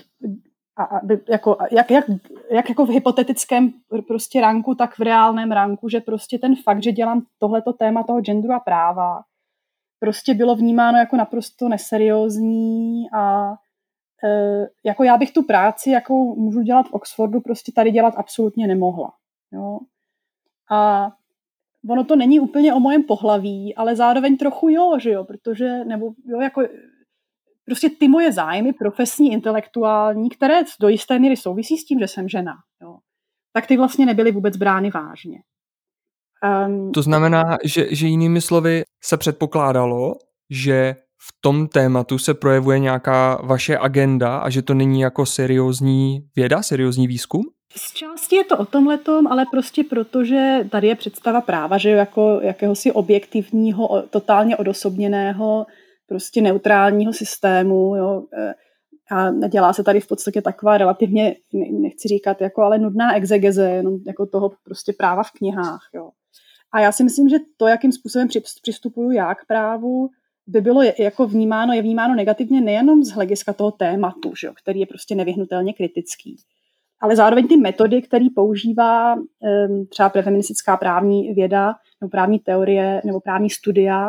Speaker 2: jak jako v hypotetickém prostě ranku, tak v reálném ranku, že prostě ten fakt, že dělám tohleto téma toho genderu a práva, prostě bylo vnímáno jako naprosto neseriózní a jako já bych tu práci, jakou můžu dělat v Oxfordu, prostě tady dělat absolutně nemohla. Jo? A ono to není úplně o mojem pohlaví, ale zároveň trochu jo, že jo, protože, nebo jo, jako prostě ty moje zájmy profesní, intelektuální, které do jisté míry souvisí s tím, že jsem žena, jo, tak ty vlastně nebyly vůbec brány vážně.
Speaker 1: To znamená, že jinými slovy se předpokládalo, že v tom tématu se projevuje nějaká vaše agenda a že to není jako seriózní věda, seriózní výzkum?
Speaker 2: Z části je to o tomhletom, ale prostě protože tady je představa práva, že jako jakéhosi objektivního, totálně odosobněného, prostě neutrálního systému, jo, a dělá se tady v podstatě taková relativně, nechci říkat, jako ale nudná exegeze, jenom jako toho prostě práva v knihách, jo. A já si myslím, že to, jakým způsobem přistupuju já k právu, by bylo jako je vnímáno negativně nejenom z hlediska toho tématu, že jo, který je prostě nevyhnutelně kritický, ale zároveň ty metody, které používá třeba feministická právní věda nebo právní teorie nebo právní studia,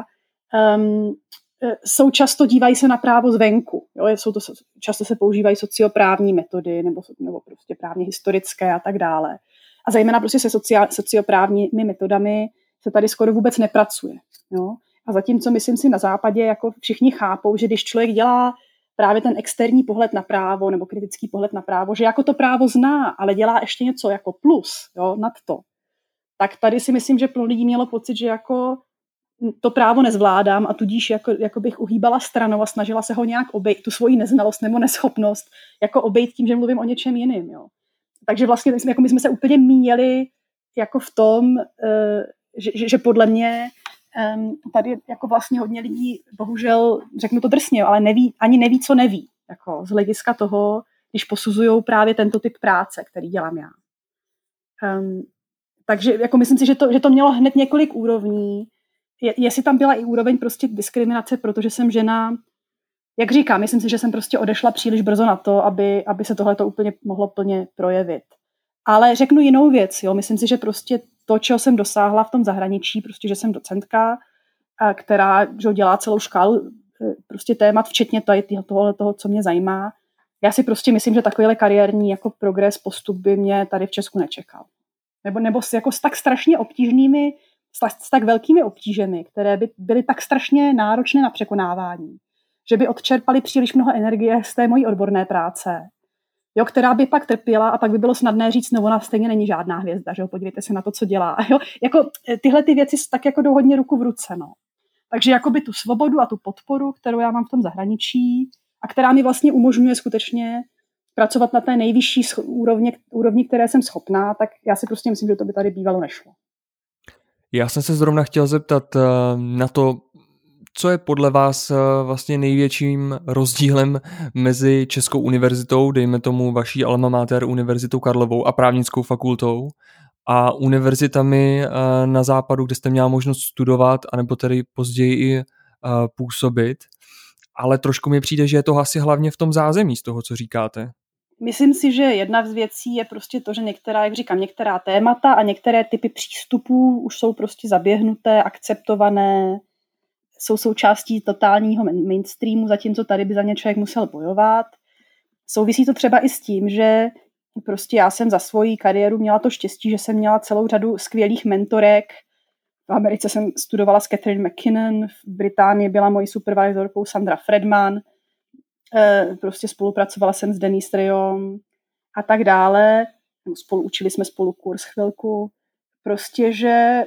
Speaker 2: jsou často, dívají se na právo zvenku. Jo? Často se používají socioprávní metody nebo prostě právně historické a tak dále. A zejména prostě se socioprávními metodami se tady skoro vůbec nepracuje. Jo? A zatímco myslím si na západě, jako všichni chápou, že když člověk dělá právě ten externí pohled na právo nebo kritický pohled na právo, že jako to právo zná, ale dělá ještě něco jako plus, jo, nad to. Tak tady si myslím, že pro lidí mělo pocit, že jako to právo nezvládám a tudíž jako bych uhýbala stranou a snažila se ho nějak obejít, tu svoji neznalost nebo neschopnost, jako obejít tím, že mluvím o něčem jiným. Jo. Takže vlastně jako my jsme se úplně míjeli jako v tom, že podle mě tady jako vlastně hodně lidí, bohužel, řeknu to drsně, ale ani neví, co neví. Jako z hlediska toho, když posuzují právě tento typ práce, který dělám já. Takže jako myslím si, že to mělo hned několik úrovní. Jestli tam byla i úroveň prostě diskriminace, protože jsem žena, jak říkám, myslím si, že jsem prostě odešla příliš brzo na to, aby se tohle to úplně mohlo plně projevit. Ale řeknu jinou věc, jo. Myslím si, že prostě to, čeho jsem dosáhla v tom zahraničí, prostě, že jsem docentka, která dělá celou škálu prostě témat, včetně toho, co mě zajímá. Já si prostě myslím, že takovýhle kariérní jako progres, postup by mě tady v Česku nečekal. Nebo jako s tak strašně obtížnými, s tak velkými obtížemi, které by byly tak strašně náročné na překonávání, že by odčerpali příliš mnoho energie z té mojí odborné práce, jo, která by pak trpěla a pak by bylo snadné říct, no ona stejně není žádná hvězda, že jo, podívejte se na to, co dělá. Jo, jako tyhle ty věci tak jako jdou hodně ruku v ruce, no. Takže jakoby tu svobodu a tu podporu, kterou já mám v tom zahraničí a která mi vlastně umožňuje skutečně pracovat na té nejvyšší úrovni, které jsem schopná, tak já si prostě myslím, že to by tady bývalo nešlo.
Speaker 1: Já jsem se zrovna chtěl zeptat na to, co je podle vás vlastně největším rozdílem mezi Českou univerzitou, dejme tomu vaší alma mater, Univerzitou Karlovou a právnickou fakultou a univerzitami na západu, kde jste měla možnost studovat, anebo tedy později i působit. Ale trošku mi přijde, že je to asi hlavně v tom zázemí z toho, co říkáte.
Speaker 2: Myslím si, že jedna z věcí je prostě to, že některá témata a některé typy přístupů už jsou prostě zaběhnuté, akceptované, jsou součástí totálního mainstreamu, zatímco tady by za ně člověk musel bojovat. Souvisí to třeba i s tím, že prostě já jsem za svoji kariéru měla to štěstí, že jsem měla celou řadu skvělých mentorek. V Americe jsem studovala s Catherine McKinnon, v Británii byla mojí supervisorkou Sandra Fredman, prostě spolupracovala jsem s Denise Rayom a tak dále. Učili jsme spolu kurz chvilku. Prostě, že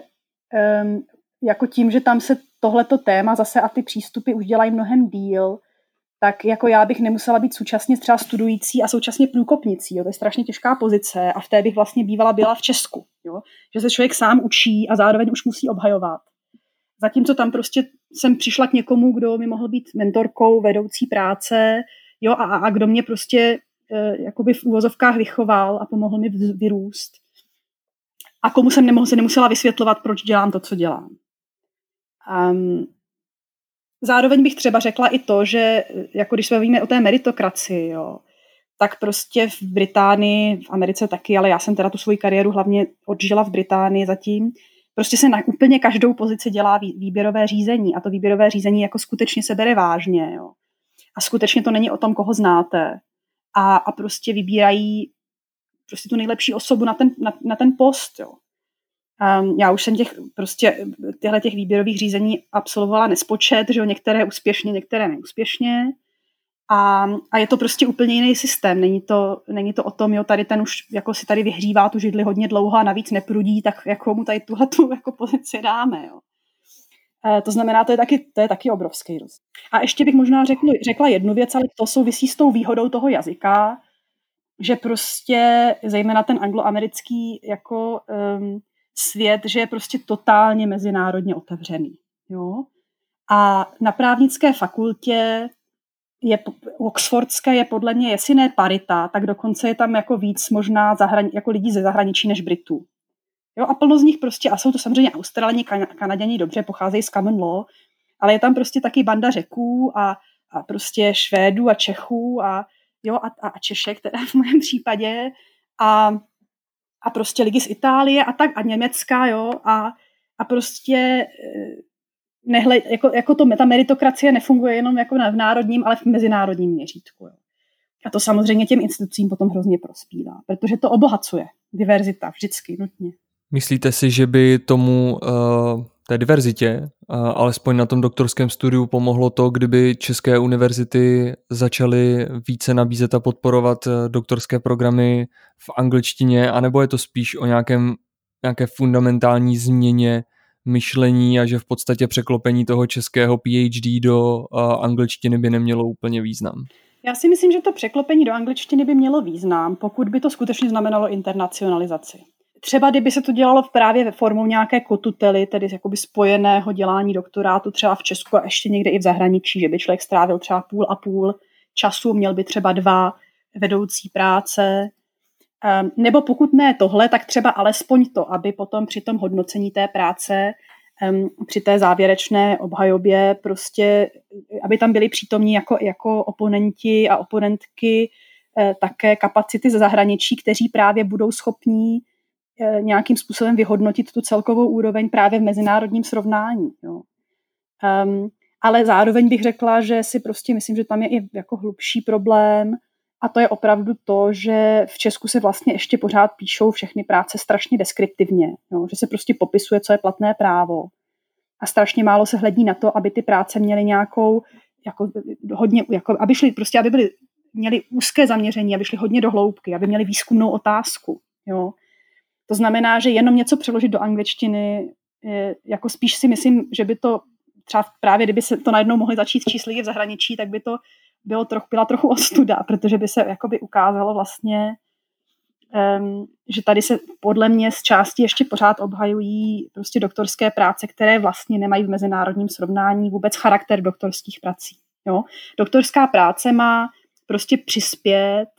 Speaker 2: jako tím, že tam se tohleto téma zase a ty přístupy už dělají mnohem díl, tak jako já bych nemusela být současně třeba studující a současně průkopnicí. Jo? To je strašně těžká pozice a v té bych vlastně byla v Česku. Jo? Že se člověk sám učí a zároveň už musí obhajovat. Zatímco tam prostě jsem přišla k někomu, kdo mi mohl být mentorkou vedoucí práce, jo, a kdo mě prostě jakoby v úvozovkách vychoval a pomohl mi vyrůst. A komu jsem nemusela vysvětlovat, proč dělám to, co dělám. Zároveň bych třeba řekla i to, že jako když se bavíme o té meritokracii, jo, tak prostě v Británii, v Americe taky, ale já jsem teda tu svoji kariéru hlavně odžila v Británii zatím, prostě se na úplně každou pozici dělá výběrové řízení a to výběrové řízení jako skutečně se bere vážně. Jo. A skutečně to není o tom, koho znáte. A prostě vybírají prostě tu nejlepší osobu na ten post. Jo. Já už jsem těchto výběrových řízení absolvovala nespočet, že jo, některé úspěšně, některé neúspěšně. A je to prostě úplně jiný systém. Není to o tom, jo, tady ten už jako si tady vyhřívá tu židli hodně dlouho a navíc neprudí, tak jako mu tady tuhletu jako pozici dáme. Jo. To znamená, to je taky obrovský rozdíl. A ještě bych možná řekla jednu věc, ale to souvisí s tou výhodou toho jazyka, že prostě zejména ten angloamerický jako svět, že je prostě totálně mezinárodně otevřený. Jo. A na právnické fakultě oxfordské je podle mě, jestli ne parita, tak dokonce je tam jako víc možná jako lidí ze zahraničí než Britů. Jo, a plno z nich prostě, a jsou to samozřejmě Australani, Kanaděni, dobře, pocházejí z common law, ale je tam prostě taky banda Řeků a prostě Švédů a Čechů a Češek teda v mém případě a prostě lidi z Itálie a tak a Německa, jo, a prostě ta meritokracie nefunguje jenom jako v národním, ale v mezinárodním měřítku. Jo. A to samozřejmě těm institucím potom hrozně prospívá, protože to obohacuje diverzita vždycky nutně.
Speaker 1: Myslíte si, že by tomu té diverzitě, alespoň na tom doktorském studiu, pomohlo to, kdyby české univerzity začaly více nabízet a podporovat doktorské programy v angličtině, anebo je to spíš o nějaké fundamentální změně myšlení a že v podstatě překlopení toho českého PhD do angličtiny by nemělo úplně význam?
Speaker 2: Já si myslím, že to překlopení do angličtiny by mělo význam, pokud by to skutečně znamenalo internacionalizaci. Třeba kdyby se to dělalo právě ve formou nějaké kotutely, tedy jakoby spojeného dělání doktorátu třeba v Česku a ještě někde i v zahraničí, že by člověk strávil třeba půl a půl času, měl by třeba 2 vedoucí práce, nebo pokud ne tohle, tak třeba alespoň to, aby potom při tom hodnocení té práce, při té závěrečné obhajobě prostě, aby tam byli přítomní jako oponenti a oponentky také kapacity ze zahraničí, kteří právě budou schopní nějakým způsobem vyhodnotit tu celkovou úroveň právě v mezinárodním srovnání. Jo. Ale zároveň bych řekla, že si prostě myslím, že tam je i jako hlubší problém a to je opravdu to, že v Česku se vlastně ještě pořád píšou všechny práce strašně deskriptivně, jo, že se prostě popisuje, co je platné právo a strašně málo se hledí na to, aby ty práce měly nějakou jako hodně, jako, aby měly úzké zaměření, aby šly hodně do hloubky, aby měly výzkumnou otázku, jo. To znamená, že jenom něco přeložit do angličtiny, jako spíš si myslím, že by to třeba právě, kdyby se to najednou mohli začít číslit v zahraničí, tak by to byla trochu ostuda, protože by se jakoby ukázalo vlastně, že tady se podle mě z části ještě pořád obhajují prostě doktorské práce, které vlastně nemají v mezinárodním srovnání vůbec charakter doktorských prací. Jo? Doktorská práce má prostě přispět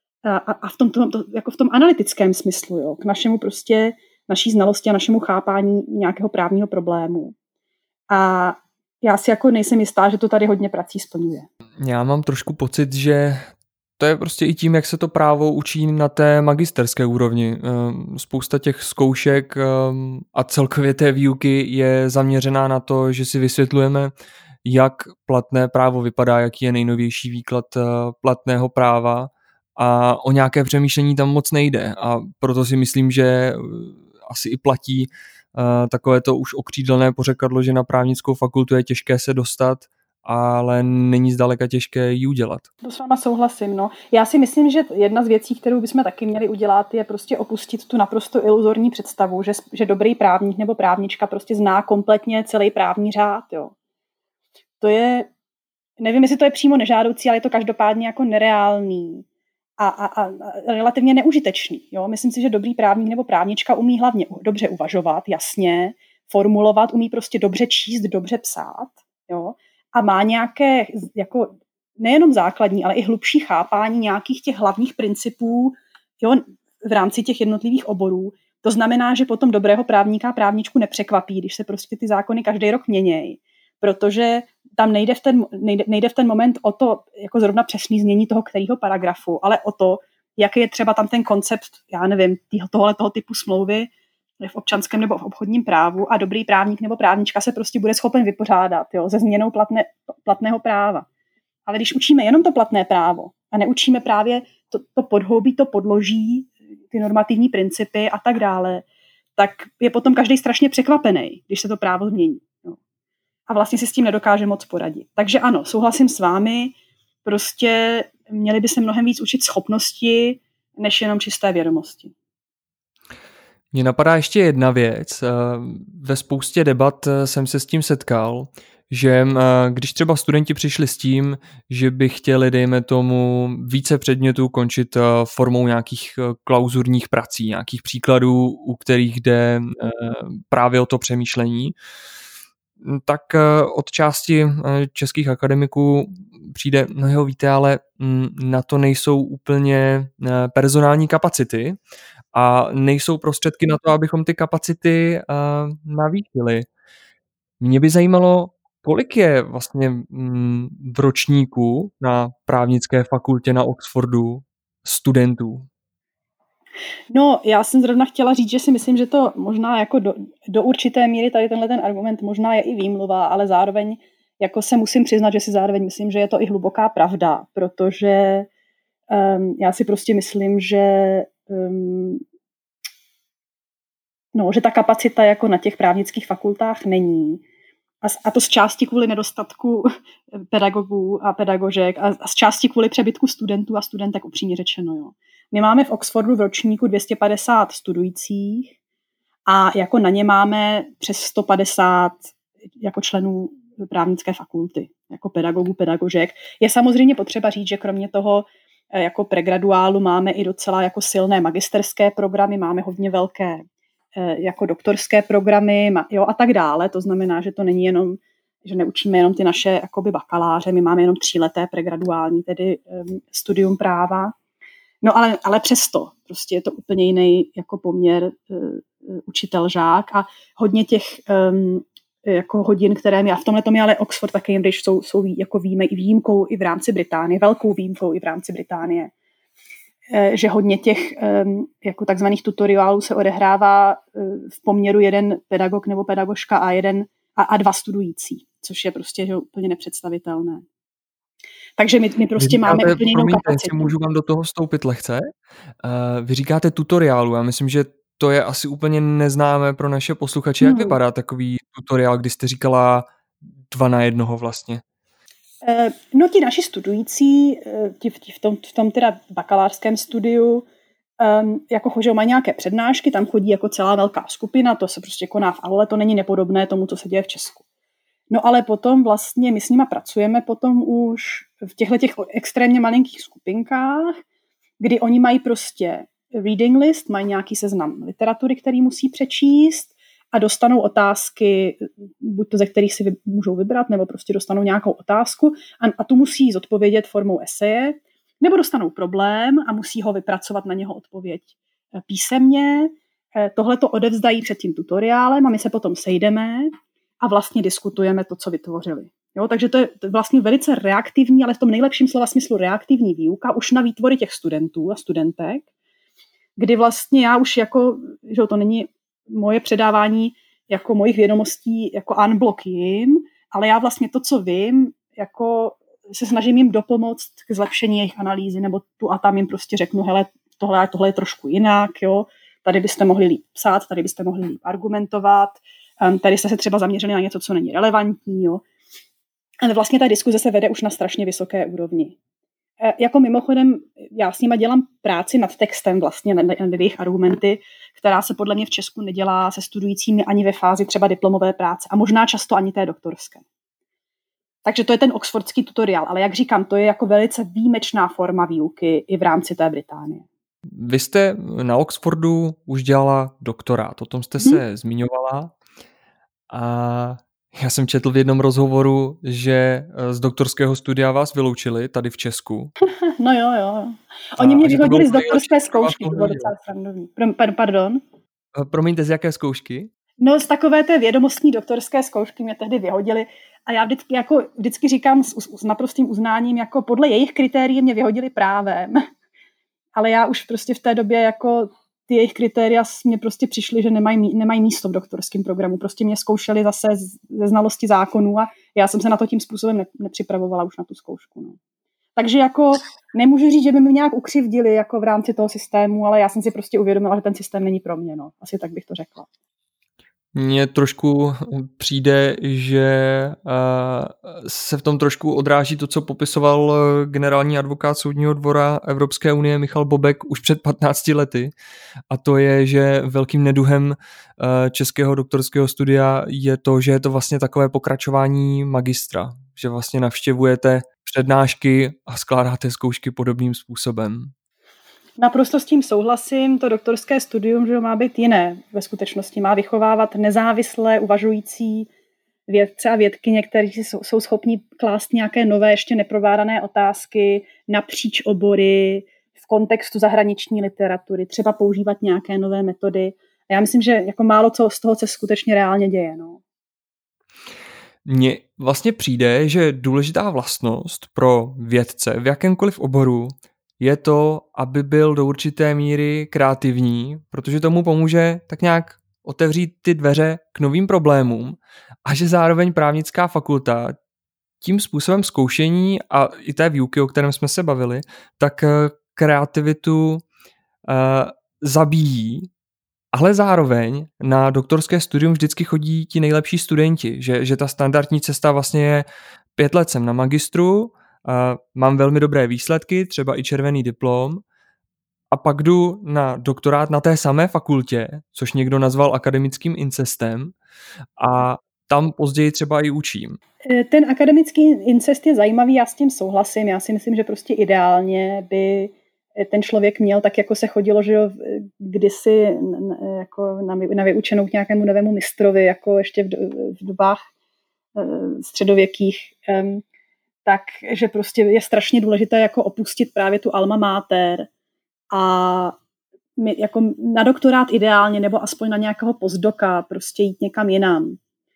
Speaker 2: a v tom analytickém smyslu, jo, k našemu prostě, naší znalosti a našemu chápání nějakého právního problému. A já si jako nejsem jistá, že to tady hodně prací splňuje.
Speaker 1: Já mám trošku pocit, že to je prostě i tím, jak se to právo učí na té magisterské úrovni. Spousta těch zkoušek a celkově té výuky je zaměřená na to, že si vysvětlujeme, jak platné právo vypadá, jaký je nejnovější výklad platného práva a o nějaké přemýšlení tam moc nejde a proto si myslím, že asi i platí takové to už okřídlené pořekadlo, že na právnickou fakultu je těžké se dostat, ale není zdaleka těžké ji udělat.
Speaker 2: To s váma souhlasím, no. Já si myslím, že jedna z věcí, kterou bychom taky měli udělat, je prostě opustit tu naprosto iluzorní představu, že dobrý právník nebo právnička prostě zná kompletně celý právní řád, jo. To je, nevím, jestli to je přímo nežádoucí, ale je to každopádně jako nereálný a relativně neužitečný. Jo? Myslím si, že dobrý právník nebo právnička umí hlavně dobře uvažovat, jasně, formulovat, umí prostě dobře číst, dobře psát, jo? A má nějaké jako nejenom základní, ale i hlubší chápání nějakých těch hlavních principů, jo, v rámci těch jednotlivých oborů. To znamená, že potom dobrého právníka a právničku nepřekvapí, když se prostě ty zákony každý rok měnějí, protože tam nejde v ten moment o to, jako zrovna přesný znění toho kterého paragrafu, ale o to, jaký je třeba tam ten koncept, já nevím, toho typu smlouvy v občanském nebo v obchodním právu a dobrý právník nebo právnička se prostě bude schopen vypořádat, jo, se změnou platného práva. Ale když učíme jenom to platné právo a neučíme právě to podhoubí, to podloží, ty normativní principy a tak dále, tak je potom každý strašně překvapený, když se to právo změní. Jo. A vlastně si s tím nedokáže moc poradit. Takže ano, souhlasím s vámi, prostě měli by se mnohem víc učit schopnosti, než jenom čisté vědomosti.
Speaker 1: Mně napadá ještě jedna věc. Ve spoustě debat jsem se s tím setkal, že když třeba studenti přišli s tím, že by chtěli, dejme tomu, více předmětů končit formou nějakých klauzurních prací, nějakých příkladů, u kterých jde právě o to přemýšlení, tak od části českých akademiků přijde, no jo, víte, ale na to nejsou úplně personální kapacity a nejsou prostředky na to, abychom ty kapacity navýšili. Mě by zajímalo, Kolik je vlastně v ročníku na právnické fakultě na Oxfordu studentů?
Speaker 2: No, já jsem zrovna chtěla říct, že si myslím, že to možná jako do určité míry tady tenhle ten argument možná je i výmluva, ale zároveň jako se musím přiznat, že si zároveň myslím, že je to i hluboká pravda, protože já si prostě myslím, že že ta kapacita jako na těch právnických fakultách není. A to z části kvůli nedostatku pedagogů a pedagožek a z části kvůli přebytku studentů a studentek, upřímně řečeno. Jo. My máme v Oxfordu v ročníku 250 studujících a jako na ně máme přes 150 jako členů právnické fakulty, jako pedagogů, pedagožek. Je samozřejmě potřeba říct, že kromě toho jako pregraduálu máme i docela jako silné magisterské programy, máme hodně velké jako doktorské programy a tak dále. To znamená, že to není jenom, že neučíme jenom ty naše jakoby bakaláře, my máme jenom 3leté pregraduální, tedy studium práva. No ale přesto, prostě je to úplně jiný jako poměr učitel-žák a hodně těch jako hodin, které my, a v tomhle tom je ale Oxford taky, když jsou jako výjimkou i v rámci Británie, velkou výjimkou i v rámci Británie, že hodně těch jako takzvaných tutoriálů se odehrává v poměru jeden pedagog nebo pedagožka a 2 studující, což je prostě že úplně nepředstavitelné. Takže my prostě máme úplně jinou kapacitu.
Speaker 1: Můžu vám do toho vstoupit lehce? Vy říkáte tutoriálu, já myslím, že to je asi úplně neznámé pro naše posluchače. Jak vypadá takový tutoriál, kdy jste říkala 2 na 1 vlastně?
Speaker 2: No ti naši studující v tom teda bakalářském studiu jako že mají nějaké přednášky, tam chodí jako celá velká skupina, to se prostě koná v aule, to není nepodobné tomu, co se děje v Česku. No ale potom vlastně my s nima pracujeme potom už v těchto extrémně malinkých skupinkách, kdy oni mají prostě reading list, mají nějaký seznam literatury, který musí přečíst a dostanou otázky, buď to ze kterých si můžou vybrat, nebo prostě dostanou nějakou otázku a tu musí zodpovědět formou eseje, nebo dostanou problém a musí ho vypracovat na něho odpověď písemně. Tohle to odevzdají před tím tutoriálem a my se potom sejdeme a vlastně diskutujeme to, co vytvořili. Jo, takže to je vlastně velice reaktivní, ale v tom nejlepším slova smyslu reaktivní výuka už na výtvory těch studentů a studentek, kdy vlastně já už jako, že to není moje předávání jako mojich vědomostí jako unblock jim, ale já vlastně to, co vím, jako se snažím jim dopomoct k zlepšení jejich analýzy, nebo tu a tam jim prostě řeknu, hele, tohle je trošku jinak, jo, tady byste mohli líp psát, tady byste mohli líp argumentovat, tady jste se třeba zaměřili na něco, co není relevantní, jo. Ale vlastně ta diskuze se vede už na strašně vysoké úrovni. Jako mimochodem, já s nima dělám práci nad textem vlastně, nad jejich argumenty, která se podle mě v Česku nedělá se studujícími ani ve fázi třeba diplomové práce a možná často ani té doktorské. Takže to je ten oxfordský tutoriál, ale jak říkám, to je jako velice výjimečná forma výuky i v rámci té Británie.
Speaker 1: Vy jste na Oxfordu už dělala doktorát, o tom jste se zmiňovala a já jsem četl v jednom rozhovoru, že z doktorského studia vás vyloučili tady v Česku.
Speaker 2: No jo. Oni mě vyhodili z doktorské zkoušky, to bylo docela srandovní. Pardon?
Speaker 1: Promiňte, z jaké zkoušky?
Speaker 2: No z takové té vědomostní doktorské zkoušky mě tehdy vyhodili a já vždycky říkám s naprostým uznáním, jako podle jejich kritérií mě vyhodili právem. Ale já už prostě v té době jako ty jejich kritéria mě prostě přišly, že nemají místo v doktorském programu. Prostě mě zkoušeli zase ze znalosti zákonů a já jsem se na to tím způsobem nepřipravovala už na tu zkoušku. No. Takže jako nemůžu říct, že by mi nějak ukřivdili jako v rámci toho systému, ale já jsem si prostě uvědomila, že ten systém není pro mě. No. Asi tak bych to řekla.
Speaker 1: Mně trošku přijde, že se v tom trošku odráží to, co popisoval generální advokát Soudního dvora Evropské unie Michal Bobek už před 15 lety. A to je, že velkým neduhem českého doktorského studia je to, že je to vlastně takové pokračování magistra. Že vlastně navštěvujete přednášky a skládáte zkoušky podobným způsobem.
Speaker 2: Naprosto s tím souhlasím, to doktorské studium že má být jiné ve skutečnosti. Má vychovávat nezávislé, uvažující vědce a vědkyně, kteří jsou schopni klást nějaké nové, ještě neprovádané otázky napříč obory, v kontextu zahraniční literatury, třeba používat nějaké nové metody. A já myslím, že jako málo co z toho se skutečně reálně děje. No.
Speaker 1: Mně vlastně přijde, že důležitá vlastnost pro vědce v jakémkoliv oboru je to, aby byl do určité míry kreativní, protože tomu pomůže tak nějak otevřít ty dveře k novým problémům a že zároveň právnická fakulta tím způsobem zkoušení a i té výuky, o kterém jsme se bavili, tak kreativitu zabíjí, ale zároveň na doktorské studium vždycky chodí ti nejlepší studenti, že ta standardní cesta vlastně je 5 let jsem na magistru, mám velmi dobré výsledky, třeba i červený diplom, a pak jdu na doktorát na té samé fakultě, což někdo nazval akademickým incestem, a tam později třeba i učím.
Speaker 2: Ten akademický incest je zajímavý, já s tím souhlasím. Já si myslím, že prostě ideálně by ten člověk měl, tak jako se chodilo, že jo, kdysi jako na vyučenou k nějakému novému mistrovi, jako ještě v dobách středověkých, tak, že prostě je strašně důležité jako opustit právě tu alma mater a jako na doktorát ideálně, nebo aspoň na nějakého postdoka, prostě jít někam jinam.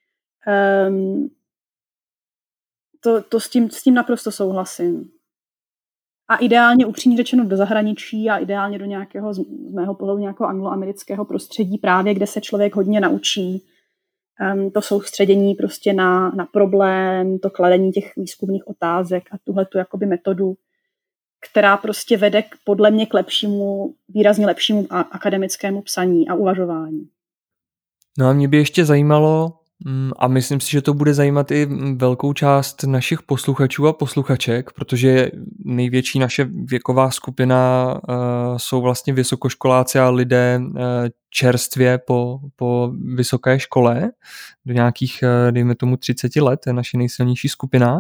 Speaker 2: To s tím naprosto souhlasím. A ideálně, upřímně řečeno, do zahraničí a ideálně do nějakého, z mého pohledu, nějakého angloamerického prostředí, právě kde se člověk hodně naučí to soustředění prostě na problém, to kladení těch výzkumných otázek a tuhletu jakoby metodu, která prostě vede podle mě k lepšímu, výrazně lepšímu akademickému psaní a uvažování.
Speaker 1: No a mě by ještě zajímalo, a myslím si, že to bude zajímat i velkou část našich posluchačů a posluchaček, protože největší naše věková skupina jsou vlastně vysokoškoláci a lidé čerstvě po vysoké škole, do nějakých, dejme tomu 30 let, to je naše nejsilnější skupina.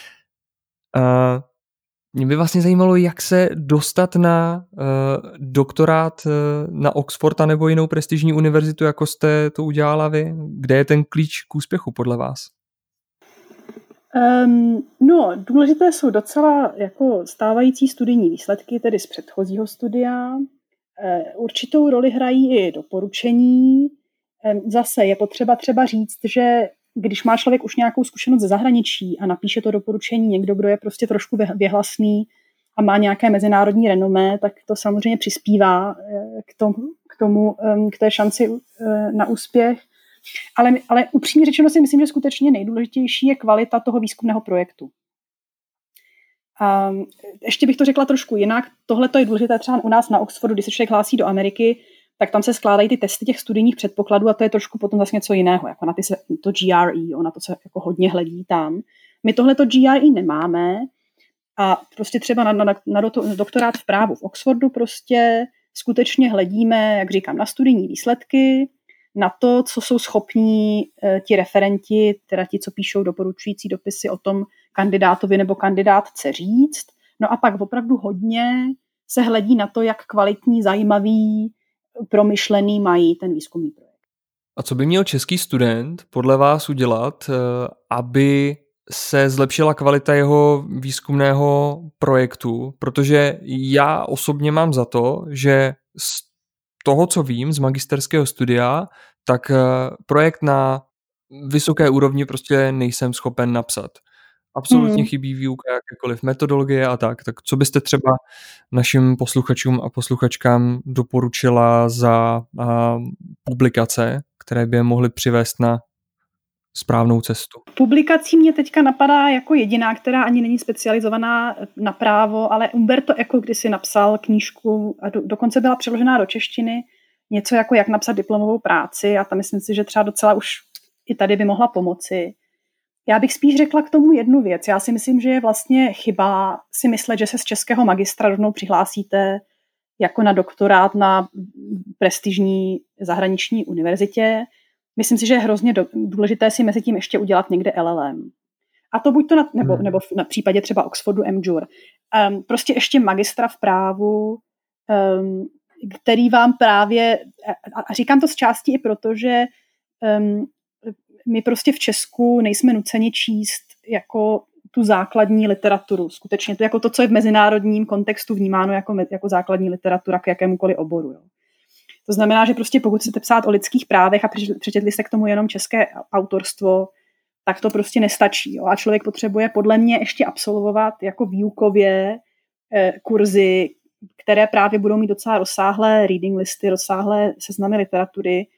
Speaker 1: Mě by vlastně zajímalo, jak se dostat na doktorát na Oxford nebo jinou prestižní univerzitu, jako jste to udělala vy. Kde je ten klíč k úspěchu podle vás?
Speaker 2: No, důležité jsou docela jako stávající studijní výsledky, tedy z předchozího studia. Určitou roli hrají i doporučení. Zase je potřeba třeba říct, že když má člověk už nějakou zkušenost ze zahraničí a napíše to doporučení někdo, kdo je prostě trošku věhlasný a má nějaké mezinárodní renomé, tak to samozřejmě přispívá k té šanci na úspěch. Ale upřímně řečeno si myslím, že skutečně nejdůležitější je kvalita toho výzkumného projektu. Ještě bych to řekla trošku jinak. Tohle je důležité třeba u nás na Oxfordu, když se člověk hlásí do Ameriky, tak tam se skládají ty testy těch studijních předpokladů a to je trošku potom zase něco jiného, jako na to GRE, na to se jako hodně hledí tam. My tohleto GRE nemáme a prostě třeba na doktorát v právu v Oxfordu prostě skutečně hledíme, jak říkám, na studijní výsledky, na to, co jsou schopní ti referenti, teda ti, co píšou doporučující dopisy o tom kandidátovi nebo kandidátce říct. No a pak opravdu hodně se hledí na to, jak kvalitní, zajímavý, promyšlený mají ten výzkumný projekt.
Speaker 1: A co by měl český student podle vás udělat, aby se zlepšila kvalita jeho výzkumného projektu? Protože já osobně mám za to, že z toho, co vím z magisterského studia, tak projekt na vysoké úrovni prostě nejsem schopen napsat. Absolutně chybí výuka jakékoliv metodologie a tak. Tak co byste třeba našim posluchačům a posluchačkám doporučila za publikace, které by je mohly přivést na správnou cestu?
Speaker 2: Publikací mě teďka napadá jako jediná, která ani není specializovaná na právo, ale Umberto Eco kdysi napsal knížku a dokonce byla přeložená do češtiny, něco jako jak napsat diplomovou práci a tam myslím si, že třeba docela už i tady by mohla pomoci. Já bych spíš řekla k tomu jednu věc. Já si myslím, že je vlastně chyba si myslet, že se z českého magistra rovnou přihlásíte jako na doktorát na prestižní zahraniční univerzitě. Myslím si, že je hrozně důležité si mezi tím ještě udělat někde LLM. A to buď to nebo na případě třeba Oxfordu MJUR. Prostě ještě magistra v právu, který vám právě, a říkám to z části i proto, že my prostě v Česku nejsme nuceni číst jako tu základní literaturu. Skutečně to jako to, co je v mezinárodním kontextu vnímáno jako základní literatura k jakémukoliv oboru. Jo. To znamená, že prostě pokud chcete psát o lidských právech a přečetli jste k tomu jenom české autorstvo, tak to prostě nestačí. Jo? A člověk potřebuje podle mě ještě absolvovat jako výukově kurzy, které právě budou mít docela rozsáhlé reading listy, rozsáhlé seznamy literatury,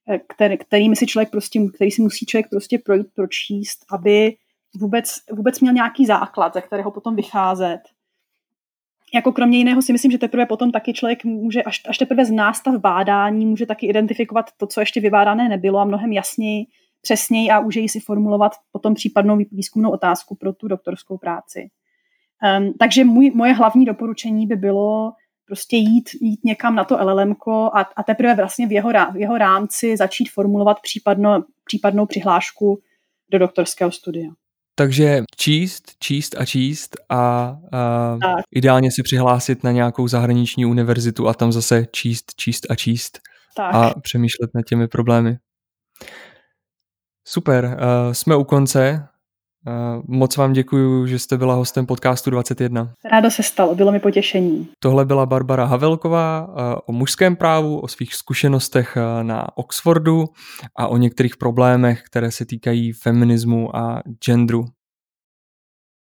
Speaker 2: který si musí člověk prostě projít, pročíst, aby vůbec měl nějaký základ, ze kterého potom vycházet. Jako kromě jiného si myslím, že teprve potom taky člověk může, až teprve z nástav bádání, může taky identifikovat to, co ještě vybádané nebylo a mnohem jasněji, přesněji a užeji si formulovat potom případnou výzkumnou otázku pro tu doktorskou práci. Takže moje hlavní doporučení by bylo prostě jít někam na to LLMko a teprve vlastně v jeho rámci začít formulovat případnou přihlášku do doktorského studia.
Speaker 1: Takže číst a ideálně si přihlásit na nějakou zahraniční univerzitu a tam zase číst
Speaker 2: tak.
Speaker 1: A přemýšlet nad těmi problémy. Super, jsme u konce. Moc vám děkuju, že jste byla hostem podcastu 21.
Speaker 2: Rádo se stalo, bylo mi potěšení.
Speaker 1: Tohle byla Barbara Havelková o mužském právu, o svých zkušenostech na Oxfordu a o některých problémech, které se týkají feminismu a genderu.